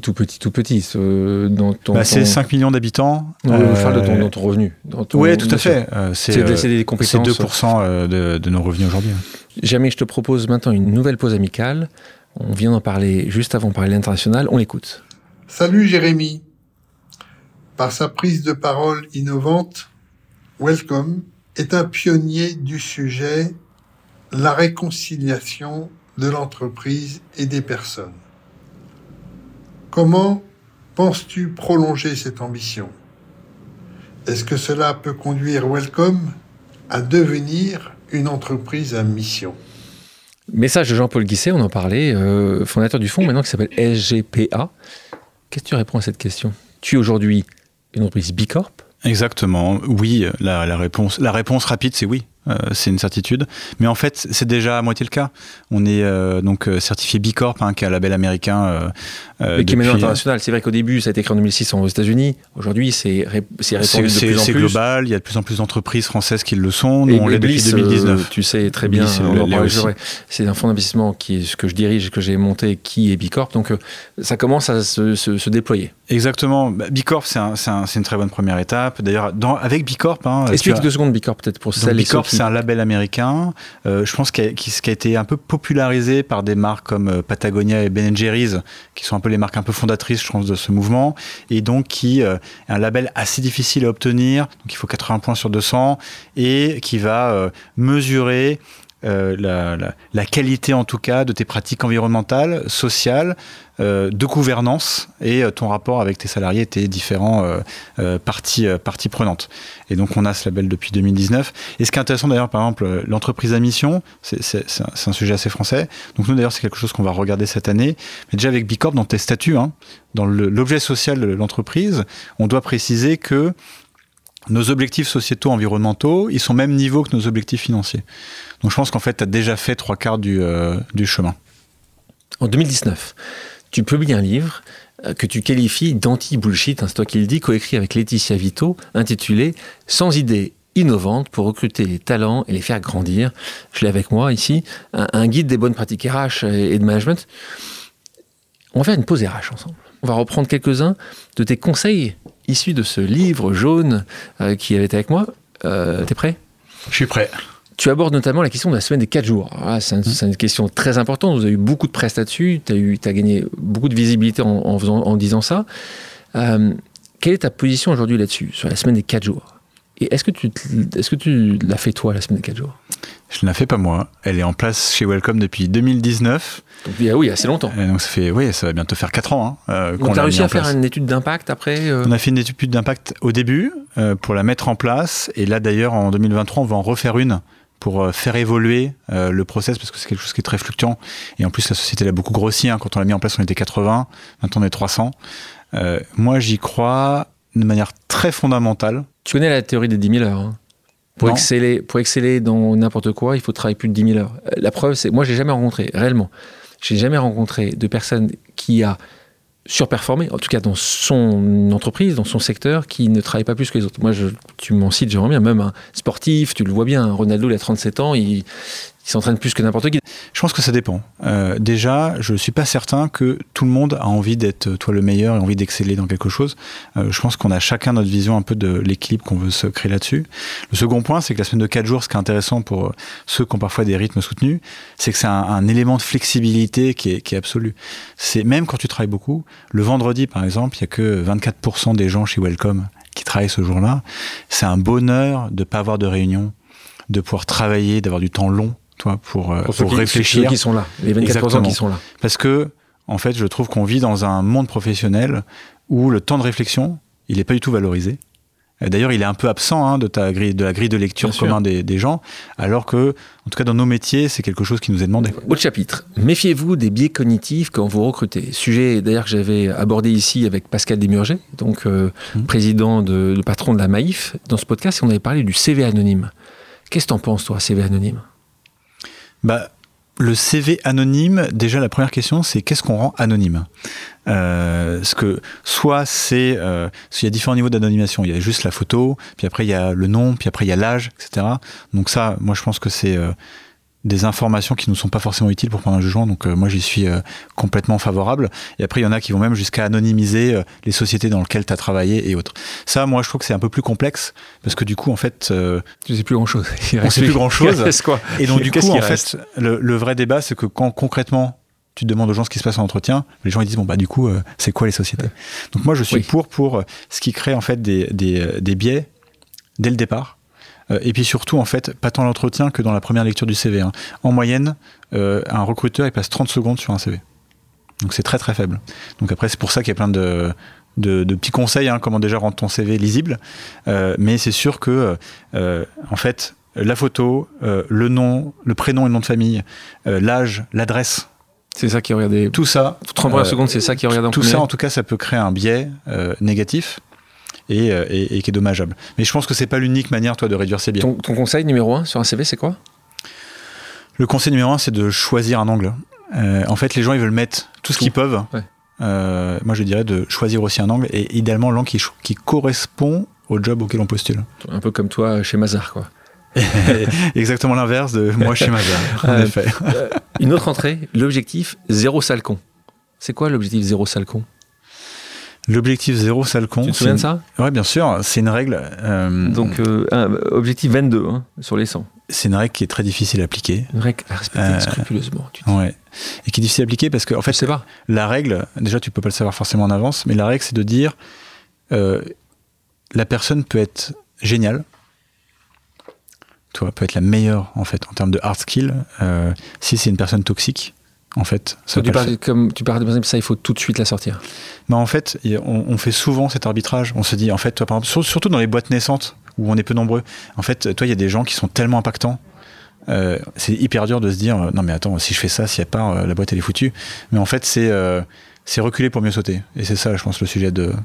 C'est 5 millions d'habitants. Je parle de ton revenu. Oui, tout à fait. C'est des compétences. C'est 2% de nos revenus aujourd'hui. Jamais, je te propose maintenant une nouvelle pause amicale. On vient d'en parler juste avant de parler international. On l'écoute. Salut Jérémy. Par sa prise de parole innovante, Welcome est un pionnier du sujet la réconciliation de l'entreprise et des personnes. Comment penses-tu prolonger cette ambition ? Est-ce que cela peut conduire Welcome à devenir une entreprise à mission ? Message de Jean-Paul Guisset, on en parlait, fondateur du fonds maintenant qui s'appelle SGPA. Qu'est-ce que tu réponds à cette question ? Tu es aujourd'hui une entreprise B Corp ? Exactement, oui. La réponse rapide, c'est oui. c'est une certitude. Mais en fait, c'est déjà à moitié le cas. On est donc certifié B Corp, qui est un label américain. Mais qui est maintenant international. C'est vrai qu'au début, ça a été créé en 2006 aux États-unis. Aujourd'hui, c'est répandu de plus en plus. C'est global. Il y a de plus en plus d'entreprises françaises qui le sont. Nous, on l'est depuis 2019. Tu sais très bien. C'est un fonds d'investissement que je dirige, que j'ai monté, qui est B Corp. Donc, ça commence à se déployer. Exactement. B Corp, c'est une très bonne première étape. D'ailleurs, avec B Corp... Explique 2 secondes B Corp, peut-être, pour celles et ceux qui... C'est un label américain, je pense, qui a été un peu popularisé par des marques comme Patagonia et Ben & Jerry's, qui sont un peu les marques un peu fondatrices, je pense, de ce mouvement, et donc qui est un label assez difficile à obtenir, donc il faut 80 points sur 200, et qui va mesurer la qualité, en tout cas, de tes pratiques environnementales, sociales, de gouvernance et ton rapport avec tes salariés et tes différents parties prenantes. Et donc, on a ce label depuis 2019. Et ce qui est intéressant, d'ailleurs, par exemple, l'entreprise à mission, c'est un sujet assez français. Donc, nous, d'ailleurs, c'est quelque chose qu'on va regarder cette année. Mais déjà, avec B Corp, dans tes statuts, dans l'objet social de l'entreprise, on doit préciser que nos objectifs sociétaux environnementaux, ils sont au même niveau que nos objectifs financiers. Donc je pense qu'en fait, tu as déjà fait 3/4 du chemin. En 2019, tu publies un livre que tu qualifies d'anti-bullshit, c'est toi qui le dis, coécrit avec Laetitia Vito, intitulé « Sans idées innovantes pour recruter les talents et les faire grandir ». Je l'ai avec moi ici, un guide des bonnes pratiques RH et de management. On va faire une pause RH ensemble. On va reprendre quelques-uns de tes conseils issus de ce livre jaune qui avait été avec moi. T'es prêt ? Je suis prêt. Tu abordes notamment la question de la semaine des 4 jours. C'est une question très importante. Vous avez eu beaucoup de presse là-dessus. Tu as gagné beaucoup de visibilité en disant ça. Quelle est ta position aujourd'hui là-dessus, sur la semaine des 4 jours ? Et est-ce que tu l'as fait toi, la semaine des 4 jours ? Je ne la fais pas moi. Elle est en place chez Welcome depuis 2019. Donc, oui, assez longtemps. Donc ça va bientôt faire 4 ans. Donc tu as réussi à faire une étude d'impact après On a fait une étude d'impact au début pour la mettre en place. Et là d'ailleurs en 2023, on va en refaire une pour faire évoluer le process, parce que c'est quelque chose qui est très fluctuant. Et en plus, la société a beaucoup grossi. Quand on l'a mis en place, on était 80. Maintenant, on est 300. Moi, j'y crois de manière très fondamentale. Tu connais la théorie des 10 000 heures Pour exceller dans n'importe quoi, il faut travailler plus de 10 000 heures. La preuve, c'est moi, j'ai jamais rencontré de personne qui a surperformé, en tout cas dans son entreprise, dans son secteur, qui ne travaille pas plus que les autres. Moi, tu m'en cites, j'aimerais bien, même un sportif, tu le vois bien, Ronaldo, il a 37 ans, il s'entraîne plus que n'importe qui. Je pense que ça dépend. Déjà, je ne suis pas certain que tout le monde a envie d'être toi le meilleur et envie d'exceller dans quelque chose. Je pense qu'on a chacun notre vision un peu de l'équilibre qu'on veut se créer là-dessus. Le second point, c'est que la semaine de 4 jours, ce qui est intéressant pour ceux qui ont parfois des rythmes soutenus, c'est que c'est un élément de flexibilité qui est absolu. C'est même quand tu travailles beaucoup, le vendredi par exemple, il n'y a que 24% des gens chez Welcome qui travaillent ce jour-là. C'est un bonheur de ne pas avoir de réunion, de pouvoir travailler, d'avoir du temps long. Pour réfléchir. Ceux qui sont là, les 24% qui sont là. Parce que, en fait, je trouve qu'on vit dans un monde professionnel où le temps de réflexion, il n'est pas du tout valorisé. D'ailleurs, il est un peu absent de la grille de lecture commun des gens, alors que, en tout cas, dans nos métiers, c'est quelque chose qui nous est demandé. Autre chapitre. Méfiez-vous des biais cognitifs quand vous recrutez. Sujet, d'ailleurs, que j'avais abordé ici avec Pascal Desmurger, donc le patron de la Maïf, dans ce podcast, et on avait parlé du CV anonyme. Qu'est-ce que t'en penses, toi, CV anonyme ? Le CV anonyme, déjà la première question, c'est qu'est-ce qu'on rend anonyme ? Parce que soit il y a différents niveaux d'anonymisation. Il y a juste la photo, puis après il y a le nom, puis après il y a l'âge, etc. Donc ça, moi je pense que c'est des informations qui ne nous sont pas forcément utiles pour prendre un jugement. Donc moi j'y suis complètement favorable. Et après il y en a qui vont même jusqu'à anonymiser les sociétés dans lesquelles tu as travaillé et autres. Ça, moi je trouve que c'est un peu plus complexe parce que du coup en fait tu sais plus grand chose. On sait plus grand chose. Et donc du coup en reste fait le vrai débat, c'est que quand concrètement tu demandes aux gens ce qui se passe en entretien, les gens ils disent du coup c'est quoi les sociétés ? Donc moi je suis pour ce qui crée en fait des biais dès le départ. Et puis surtout, en fait, pas tant l'entretien que dans la première lecture du CV. En moyenne, un recruteur, il passe 30 secondes sur un CV. Donc c'est très très faible. Donc après, c'est pour ça qu'il y a plein de petits conseils, comment déjà rendre ton CV lisible. Mais c'est sûr que, en fait, la photo, le nom, le prénom et le nom de famille, l'âge, l'adresse. C'est ça qui est regardé. Tout ça. 30 secondes, c'est ça qui est regardé en premier. Tout ça, en tout cas, ça peut créer un biais négatif. et qui est dommageable. Mais je pense que c'est pas l'unique manière, toi, de réduire ces biais. Ton conseil numéro 1 sur un CV, c'est quoi ? Le conseil numéro 1, c'est de choisir un angle. En fait, les gens, ils veulent mettre tout ce qu'ils peuvent. Ouais. Moi, je dirais de choisir aussi un angle, et idéalement l'angle qui correspond au job auquel on postule. Un peu comme toi chez Mazars, quoi. Exactement l'inverse de moi chez Mazars, en effet. Une autre entrée, l'objectif 0 sale con. C'est quoi l'objectif 0 sale con ? L'objectif 0 sale con. Tu te souviens de ça ? Oui, bien sûr. C'est une règle. Donc, objectif 22 sur les 100. C'est une règle qui est très difficile à appliquer. Une règle à respecter scrupuleusement. Ouais. Et qui est difficile à appliquer parce que, en fait, la règle, déjà, tu peux pas le savoir forcément en avance, mais la règle, c'est de dire la personne peut être géniale. Toi, peut être la meilleure, en fait, en termes de hard skill, si c'est une personne toxique. En fait, tu parles de exemple, ça, il faut tout de suite la sortir. Mais en fait, on fait souvent cet arbitrage. On se dit, en fait, toi, par exemple, surtout dans les boîtes naissantes où on est peu nombreux. En fait, toi, il y a des gens qui sont tellement impactants. C'est hyper dur de se dire, non, mais attends, si je fais ça, s'il n'y a pas, la boîte, elle est foutue. Mais en fait, c'est reculer pour mieux sauter. Et c'est ça, je pense, le sujet de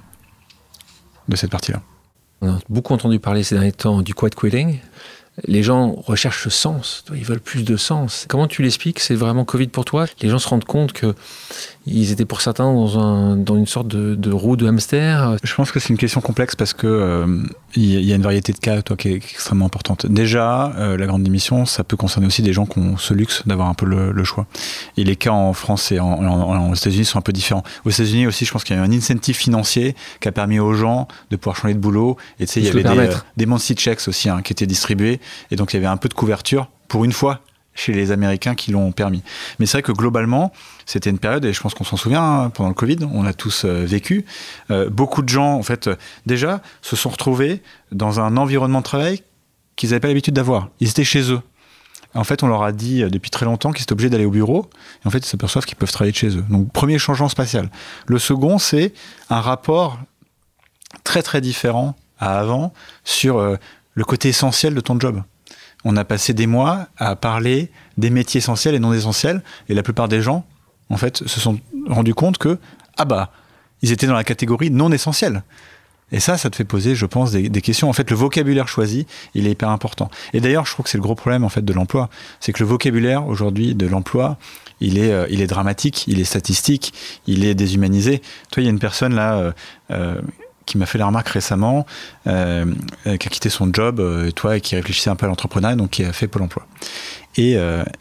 cette partie-là. On a beaucoup entendu parler ces derniers temps du quiet quitting. Les gens recherchent le sens, ils veulent plus de sens. Comment tu l'expliques ? C'est vraiment Covid pour toi ? Les gens se rendent compte qu'ils étaient pour certains dans une sorte de roue de hamster ? Je pense que c'est une question complexe parce que y a une variété de cas, toi, qui est extrêmement importante. Déjà, la grande démission, ça peut concerner aussi des gens qui ont ce luxe d'avoir un peu le choix. Et les cas en France et aux États-Unis sont un peu différents. Aux États-Unis aussi, je pense qu'il y a eu un incentive financier qui a permis aux gens de pouvoir changer de boulot. Et tu sais, il y avait des monthly checks aussi qui étaient distribués. Et donc, il y avait un peu de couverture, pour une fois, chez les Américains qui l'ont permis. Mais c'est vrai que globalement, c'était une période, et je pense qu'on s'en souvient, pendant le Covid, on l'a tous vécu. Beaucoup de gens, en fait, déjà, se sont retrouvés dans un environnement de travail qu'ils n'avaient pas l'habitude d'avoir. Ils étaient chez eux. En fait, on leur a dit depuis très longtemps qu'ils étaient obligés d'aller au bureau. Et en fait, ils s'aperçoivent qu'ils peuvent travailler de chez eux. Donc, premier changement spatial. Le second, c'est un rapport très, très différent à avant sur le côté essentiel de ton job. On a passé des mois à parler des métiers essentiels et non essentiels, et la plupart des gens, en fait, se sont rendus compte que, ils étaient dans la catégorie non essentielle. Et ça te fait poser, je pense, des questions. En fait, le vocabulaire choisi, il est hyper important. Et d'ailleurs, je trouve que c'est le gros problème, en fait, de l'emploi. C'est que le vocabulaire, aujourd'hui, de l'emploi, il est dramatique, il est statistique, il est déshumanisé. Toi, il y a une personne, là, qui m'a fait la remarque récemment, qui a quitté son job, et qui réfléchissait un peu à l'entrepreneuriat, donc qui a fait Pôle emploi. Et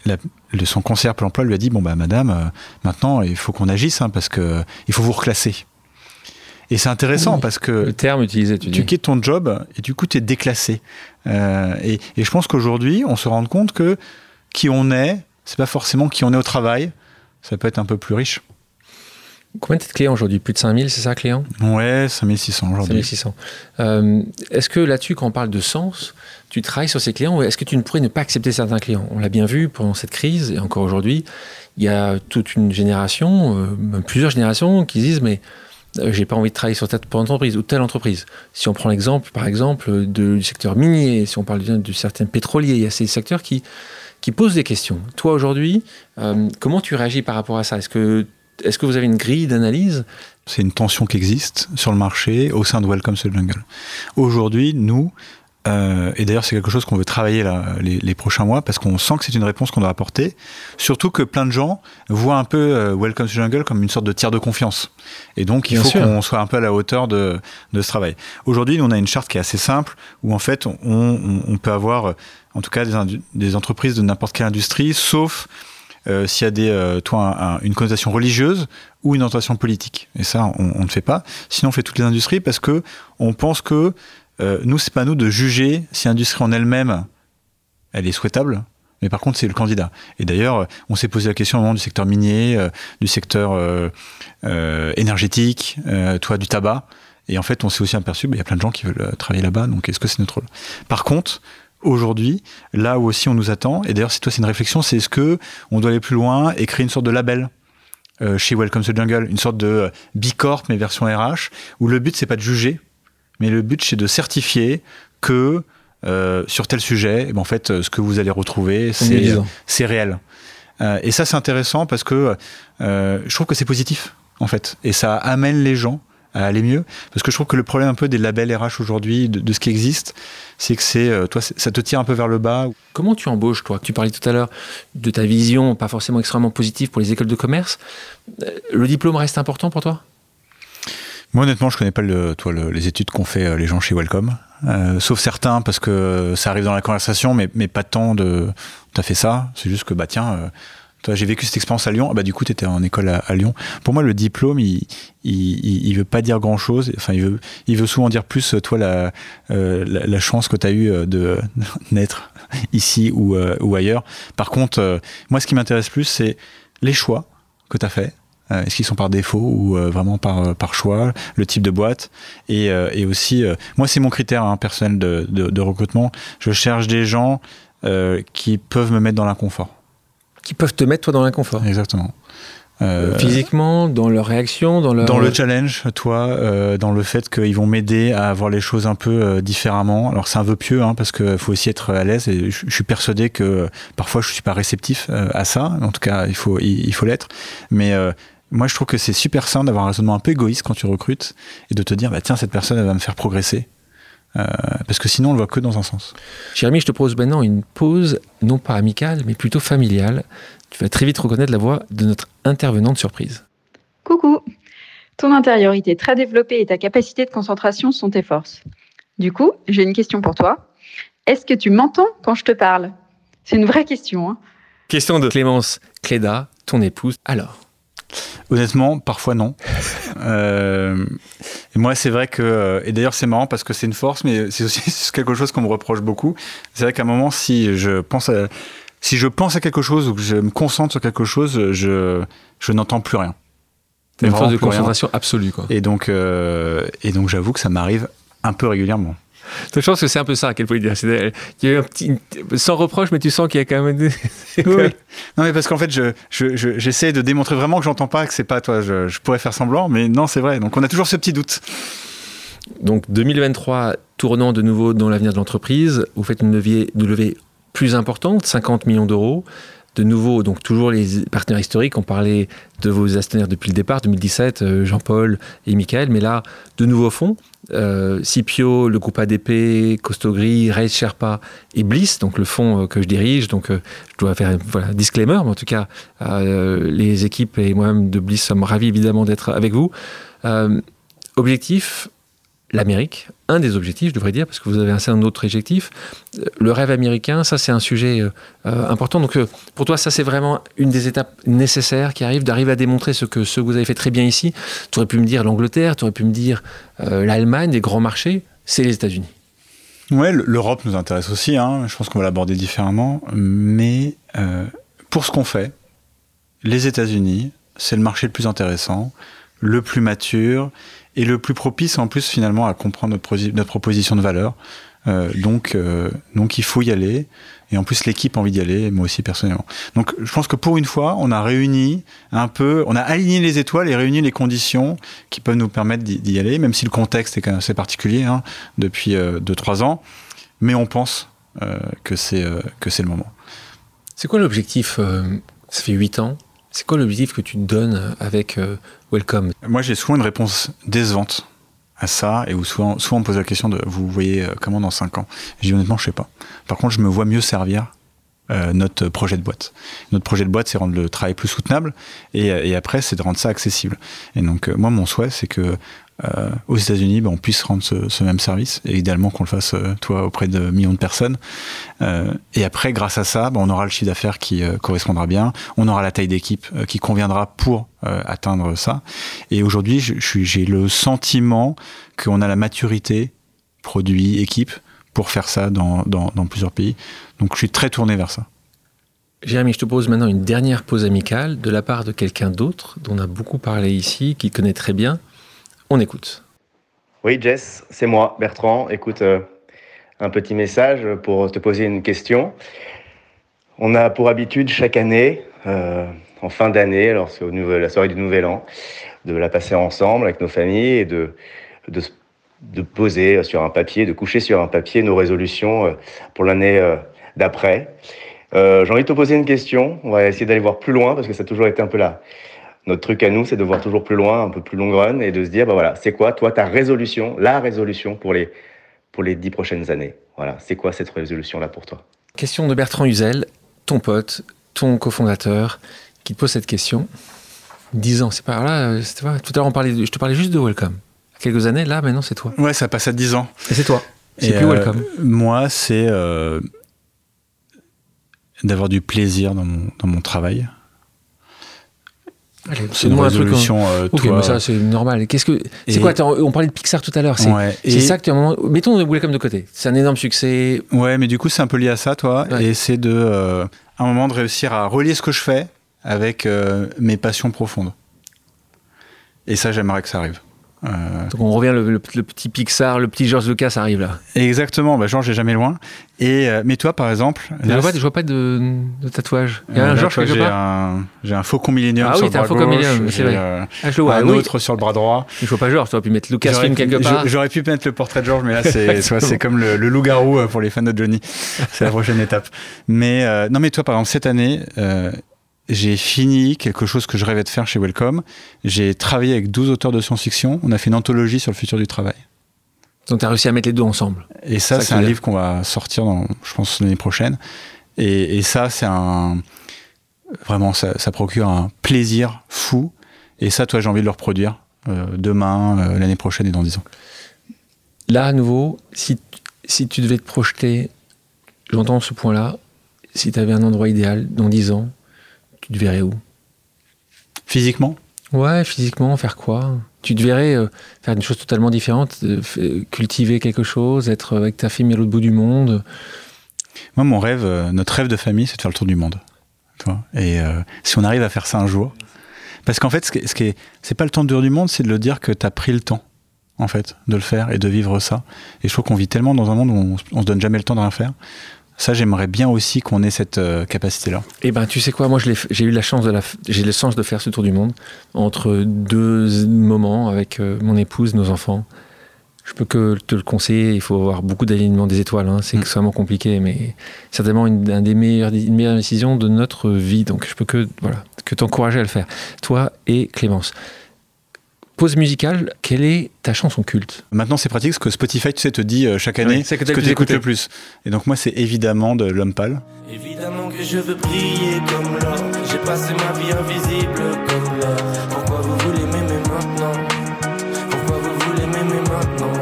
son conseiller Pôle emploi lui a dit, madame, maintenant, il faut qu'on agisse, parce que il faut vous reclasser. Et c'est intéressant parce que le terme utilisé, tu quittes ton job et du coup, tu es déclassé. Et je pense qu'aujourd'hui, on se rend compte que qui on est, c'est pas forcément qui on est au travail. Ça peut être un peu plus riche. Combien de clients aujourd'hui ? Plus de 5000, c'est ça, clients ? Ouais, 5600 aujourd'hui. 5600. Est-ce que là-dessus, quand on parle de sens, tu travailles sur ces clients ou est-ce que tu ne pourrais ne pas accepter certains clients ? On l'a bien vu pendant cette crise et encore aujourd'hui, il y a toute une génération, plusieurs générations qui disent mais j'ai pas envie de travailler sur telle entreprise ou telle entreprise. Si on prend l'exemple, par exemple, du secteur minier, si on parle de certains pétroliers, il y a ces secteurs qui posent des questions. Toi, aujourd'hui, comment tu réagis par rapport à ça ? Est-ce que vous avez une grille d'analyse ? C'est une tension qui existe sur le marché au sein de Welcome to the Jungle. Aujourd'hui, nous, et d'ailleurs c'est quelque chose qu'on veut travailler là, les prochains mois, parce qu'on sent que c'est une réponse qu'on doit apporter, surtout que plein de gens voient un peu Welcome to the Jungle comme une sorte de tiers de confiance. Et donc il faut qu'on soit un peu à la hauteur de ce travail. Aujourd'hui, nous, on a une charte qui est assez simple, où en fait on peut avoir, en tout cas des entreprises de n'importe quelle industrie, sauf s'il y a une connotation religieuse ou une orientation politique. Et ça, on ne fait pas. Sinon, on fait toutes les industries parce que on pense que nous, c'est pas à nous de juger si l'industrie en elle-même, elle est souhaitable, mais par contre, c'est le candidat. Et d'ailleurs, on s'est posé la question au moment du secteur minier, du secteur énergétique, du tabac. Et en fait, on s'est aussi aperçu, il y a plein de gens qui veulent travailler là-bas, donc est-ce que c'est notre rôle ? Par contre, aujourd'hui, là où aussi on nous attend, et d'ailleurs, c'est une réflexion, c'est est-ce que on doit aller plus loin et créer une sorte de label chez Welcome to the Jungle, une sorte de Bicorp, mais version RH, où le but, c'est pas de juger, mais le but, c'est de certifier que sur tel sujet, en fait, ce que vous allez retrouver, c'est réel. Et ça, c'est intéressant parce que je trouve que c'est positif, en fait. Et ça amène les gens aller mieux. Parce que je trouve que le problème un peu des labels RH aujourd'hui, de ce qui existe, c'est que toi, ça te tire un peu vers le bas. Comment tu embauches, toi? Tu parlais tout à l'heure de ta vision, pas forcément extrêmement positive pour les écoles de commerce. Le diplôme reste important pour toi? Moi, honnêtement, je connais pas les études qu'ont fait les gens chez Welcome. Sauf certains, parce que ça arrive dans la conversation, mais pas tant de t'as fait ça. C'est juste que, toi, j'ai vécu cette expérience à Lyon. Du coup, tu étais en école à Lyon. Pour moi, le diplôme, il veut pas dire grand chose. Enfin, il veut souvent dire plus, toi, la chance que tu as eue de naître ici ou ailleurs. Par contre, moi, ce qui m'intéresse plus, c'est les choix que tu as faits. Est-ce qu'ils sont par défaut ou vraiment par choix, le type de boîte et aussi, moi c'est mon critère personnel de recrutement. Je cherche des gens qui peuvent me mettre dans l'inconfort. Qui peuvent te mettre toi dans l'inconfort. Exactement. Physiquement, dans leur réaction, dans le challenge, dans le fait qu'ils vont m'aider à voir les choses un peu différemment. Alors c'est un vœu pieux, parce qu'il faut aussi être à l'aise et je suis persuadé que parfois je suis pas réceptif à ça. En tout cas, il faut l'être. Mais moi, je trouve que c'est super simple d'avoir un raisonnement un peu égoïste quand tu recrutes et de te dire, tiens, cette personne, elle va me faire progresser. Parce que sinon, on le voit que dans un sens. Jérémy, je te propose maintenant une pause, non pas amicale, mais plutôt familiale. Tu vas très vite reconnaître la voix de notre intervenante surprise. Coucou. Ton intériorité très développée et ta capacité de concentration sont tes forces. Du coup, j'ai une question pour toi. Est-ce que tu m'entends quand je te parle? C'est une vraie question. Question de Clémence Cléda, ton épouse. Alors? Honnêtement, parfois non. Et moi, c'est vrai que... Et d'ailleurs, c'est marrant parce que c'est une force, mais c'est aussi quelque chose qu'on me reproche beaucoup. C'est vrai qu'à un moment, si je pense à quelque chose ou que je me concentre sur quelque chose, je n'entends plus rien. Une force de concentration absolue, quoi. Et donc, j'avoue que ça m'arrive un peu régulièrement. Je pense que c'est un peu ça qu'elle pouvait dire. Il y a eu un petit, sans reproche, mais tu sens qu'il y a quand même. Oui. Non, mais parce qu'en fait, j'essaie de démontrer vraiment que j'entends pas, que c'est pas toi. Je pourrais faire semblant, mais non, c'est vrai. Donc, on a toujours ce petit doute. Donc, 2023, tournant de nouveau dans l'avenir de l'entreprise, vous faites une levée plus importante, 50 millions d'euros. De nouveau, donc toujours les partenaires historiques. On parlait de vos actionnaires depuis le départ, 2017, Jean-Paul et Michael. Mais là, de nouveaux fonds. Scipio, le groupe ADP, Costogri, Race Sherpa et Bliss, donc le fonds que je dirige. Donc, je dois faire un disclaimer, mais en tout cas, les équipes et moi-même de Bliss sommes ravis évidemment d'être avec vous. Objectif, l'Amérique. Un des objectifs, je devrais dire, parce que vous avez un certain autre objectif. Le rêve américain, ça c'est un sujet important. Donc pour toi, ça c'est vraiment une des étapes nécessaires d'arriver à démontrer ce que vous avez fait très bien ici. Tu aurais pu me dire l'Angleterre, tu aurais pu me dire l'Allemagne, des grands marchés, c'est les États-Unis. Ouais, l'Europe nous intéresse aussi. Je pense qu'on va l'aborder différemment. Mais pour ce qu'on fait, les États-Unis, c'est le marché le plus intéressant, le plus mature et le plus propice en plus finalement à comprendre notre proposition de valeur. Donc il faut y aller. Et en plus, l'équipe a envie d'y aller, et moi aussi personnellement. Donc je pense que pour une fois, on a aligné les étoiles et réuni les conditions qui peuvent nous permettre d'y aller, même si le contexte est quand même assez particulier depuis 2-3 ans. Mais on pense que c'est le moment. C'est quoi l'objectif ça fait 8 ans. C'est quoi l'objectif que tu te donnes avec Welcome? Moi, j'ai souvent une réponse décevante à ça, et où souvent on me pose la question de vous voyez comment dans 5 ans. Je dis honnêtement, je sais pas. Par contre, je me vois mieux servir notre projet de boîte. Notre projet de boîte, c'est rendre le travail plus soutenable, et après, c'est de rendre ça accessible. Et donc, moi, mon souhait, c'est que aux États-Unis, on puisse rendre ce même service, et idéalement qu'on le fasse auprès de millions de personnes. Et après, grâce à ça, on aura le chiffre d'affaires qui correspondra bien, on aura la taille d'équipe qui conviendra pour atteindre ça. Et aujourd'hui, j'ai le sentiment qu'on a la maturité, produit, équipe, pour faire ça dans plusieurs pays. Donc je suis très tourné vers ça. Jérémy, je te pose maintenant une dernière pause amicale de la part de quelqu'un d'autre dont on a beaucoup parlé ici, qui connaît très bien. On écoute. Oui, Jess, c'est moi, Bertrand. Écoute, un petit message pour te poser une question. On a pour habitude chaque année, en fin d'année, alors c'est la soirée du Nouvel An, de la passer ensemble avec nos familles et de poser sur un papier, de coucher sur un papier nos résolutions pour l'année d'après. J'ai envie de te poser une question. On va essayer d'aller voir plus loin parce que ça a toujours été un peu Notre truc à nous, c'est de voir toujours plus loin, un peu plus long run, et de se dire, bah voilà, c'est quoi, toi, ta résolution, la résolution pour les 10 prochaines années. Voilà, c'est quoi cette résolution-là pour toi? Question de Bertrand Huzel, ton pote, ton cofondateur, qui te pose cette question. 10 ans, c'est pas là. Tout à l'heure, je te parlais juste de Welcome. Il y a quelques années, là, maintenant, c'est toi. Ouais, ça passe à 10 ans. Et c'est toi. C'est plus Welcome. Moi, c'est d'avoir du plaisir dans mon travail. Allez, c'est une résolution. Ok, mais ça, c'est normal. C'est quoi? On parlait de Pixar tout à l'heure. C'est ça que tu as un moment. Mettons Welcome de côté. C'est un énorme succès. Ouais, mais du coup, c'est un peu lié à ça, toi. Ouais. Et c'est un moment de réussir à relier ce que je fais avec mes passions profondes. Et ça, j'aimerais que ça arrive. Donc on revient le petit Pixar, le petit George Lucas arrive là. Exactement, George est jamais loin. Mais toi par exemple... Je vois pas de tatouage. Il y a un George quelque part. J'ai un Faucon Millennium sur le bras gauche. Ah oui, t'as un Faucon Millennium, c'est vrai. Je le vois, un autre sur le bras droit. Il faut pas George, tu aurais pu mettre Lucasfilm quelque part. J'aurais pu mettre le portrait de George, mais là c'est comme le loup-garou pour les fans de Johnny. C'est la prochaine étape. Mais toi par exemple cette année... j'ai fini quelque chose que je rêvais de faire chez Welcome. J'ai travaillé avec 12 auteurs de science-fiction. On a fait une anthologie sur le futur du travail. Donc, tu as réussi à mettre les deux ensemble. Et ça c'est un livre qu'on va sortir, je pense, l'année prochaine. Et ça, c'est vraiment, ça procure un plaisir fou. Et ça, toi, j'ai envie de le reproduire demain, l'année prochaine et dans 10 ans. Là, à nouveau, si tu devais te projeter, j'entends ce point-là, si tu avais un endroit idéal dans 10 ans, tu te verrais où? Physiquement? Ouais, physiquement, faire quoi? Tu te verrais faire une chose totalement différente, cultiver quelque chose, être avec ta fille à l'autre bout du monde? Moi, notre rêve de famille, c'est de faire le tour du monde. Tu vois. Et si on arrive à faire ça un jour... Parce qu'en fait, c'est pas le temps de tour du monde, c'est de le dire que t'as pris le temps, en fait, de le faire et de vivre ça. Et je trouve qu'on vit tellement dans un monde où on se donne jamais le temps de rien faire. Ça, j'aimerais bien aussi qu'on ait cette capacité-là. Eh ben, tu sais quoi, moi, j'ai eu la chance j'ai le sens de faire ce tour du monde entre 2 moments avec mon épouse, nos enfants. Je peux que te le conseiller. Il faut avoir beaucoup d'alignement des étoiles. C'est extrêmement compliqué, mais certainement une meilleure décision de notre vie. Donc, je peux que t'encourager à le faire. Toi et Clémence. Pause musicale, quelle est ta chanson culte? Maintenant, c'est pratique parce que Spotify, tu sais, te dit chaque année ce que tu écoutes le plus. Et donc, moi, c'est évidemment de L'Homme Pâle. Évidemment que je veux briller comme l'or. J'ai passé ma vie invisible comme l'or. Pourquoi vous voulez m'aimer maintenant? Pourquoi vous voulez m'aimer maintenant?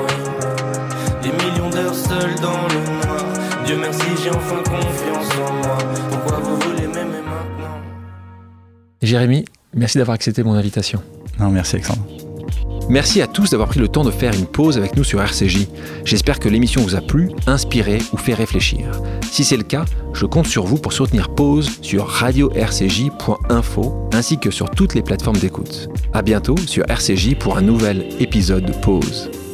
Des millions d'heures seules dans le noir. Dieu merci, j'ai enfin confiance en moi. Pourquoi vous voulez m'aimer maintenant? Jérémy, merci d'avoir accepté mon invitation. Non, merci Alexandre. Merci à tous d'avoir pris le temps de faire une pause avec nous sur RCJ. J'espère que l'émission vous a plu, inspiré ou fait réfléchir. Si c'est le cas, je compte sur vous pour soutenir Pause sur radio-rcj.info ainsi que sur toutes les plateformes d'écoute. À bientôt sur RCJ pour un nouvel épisode de Pause.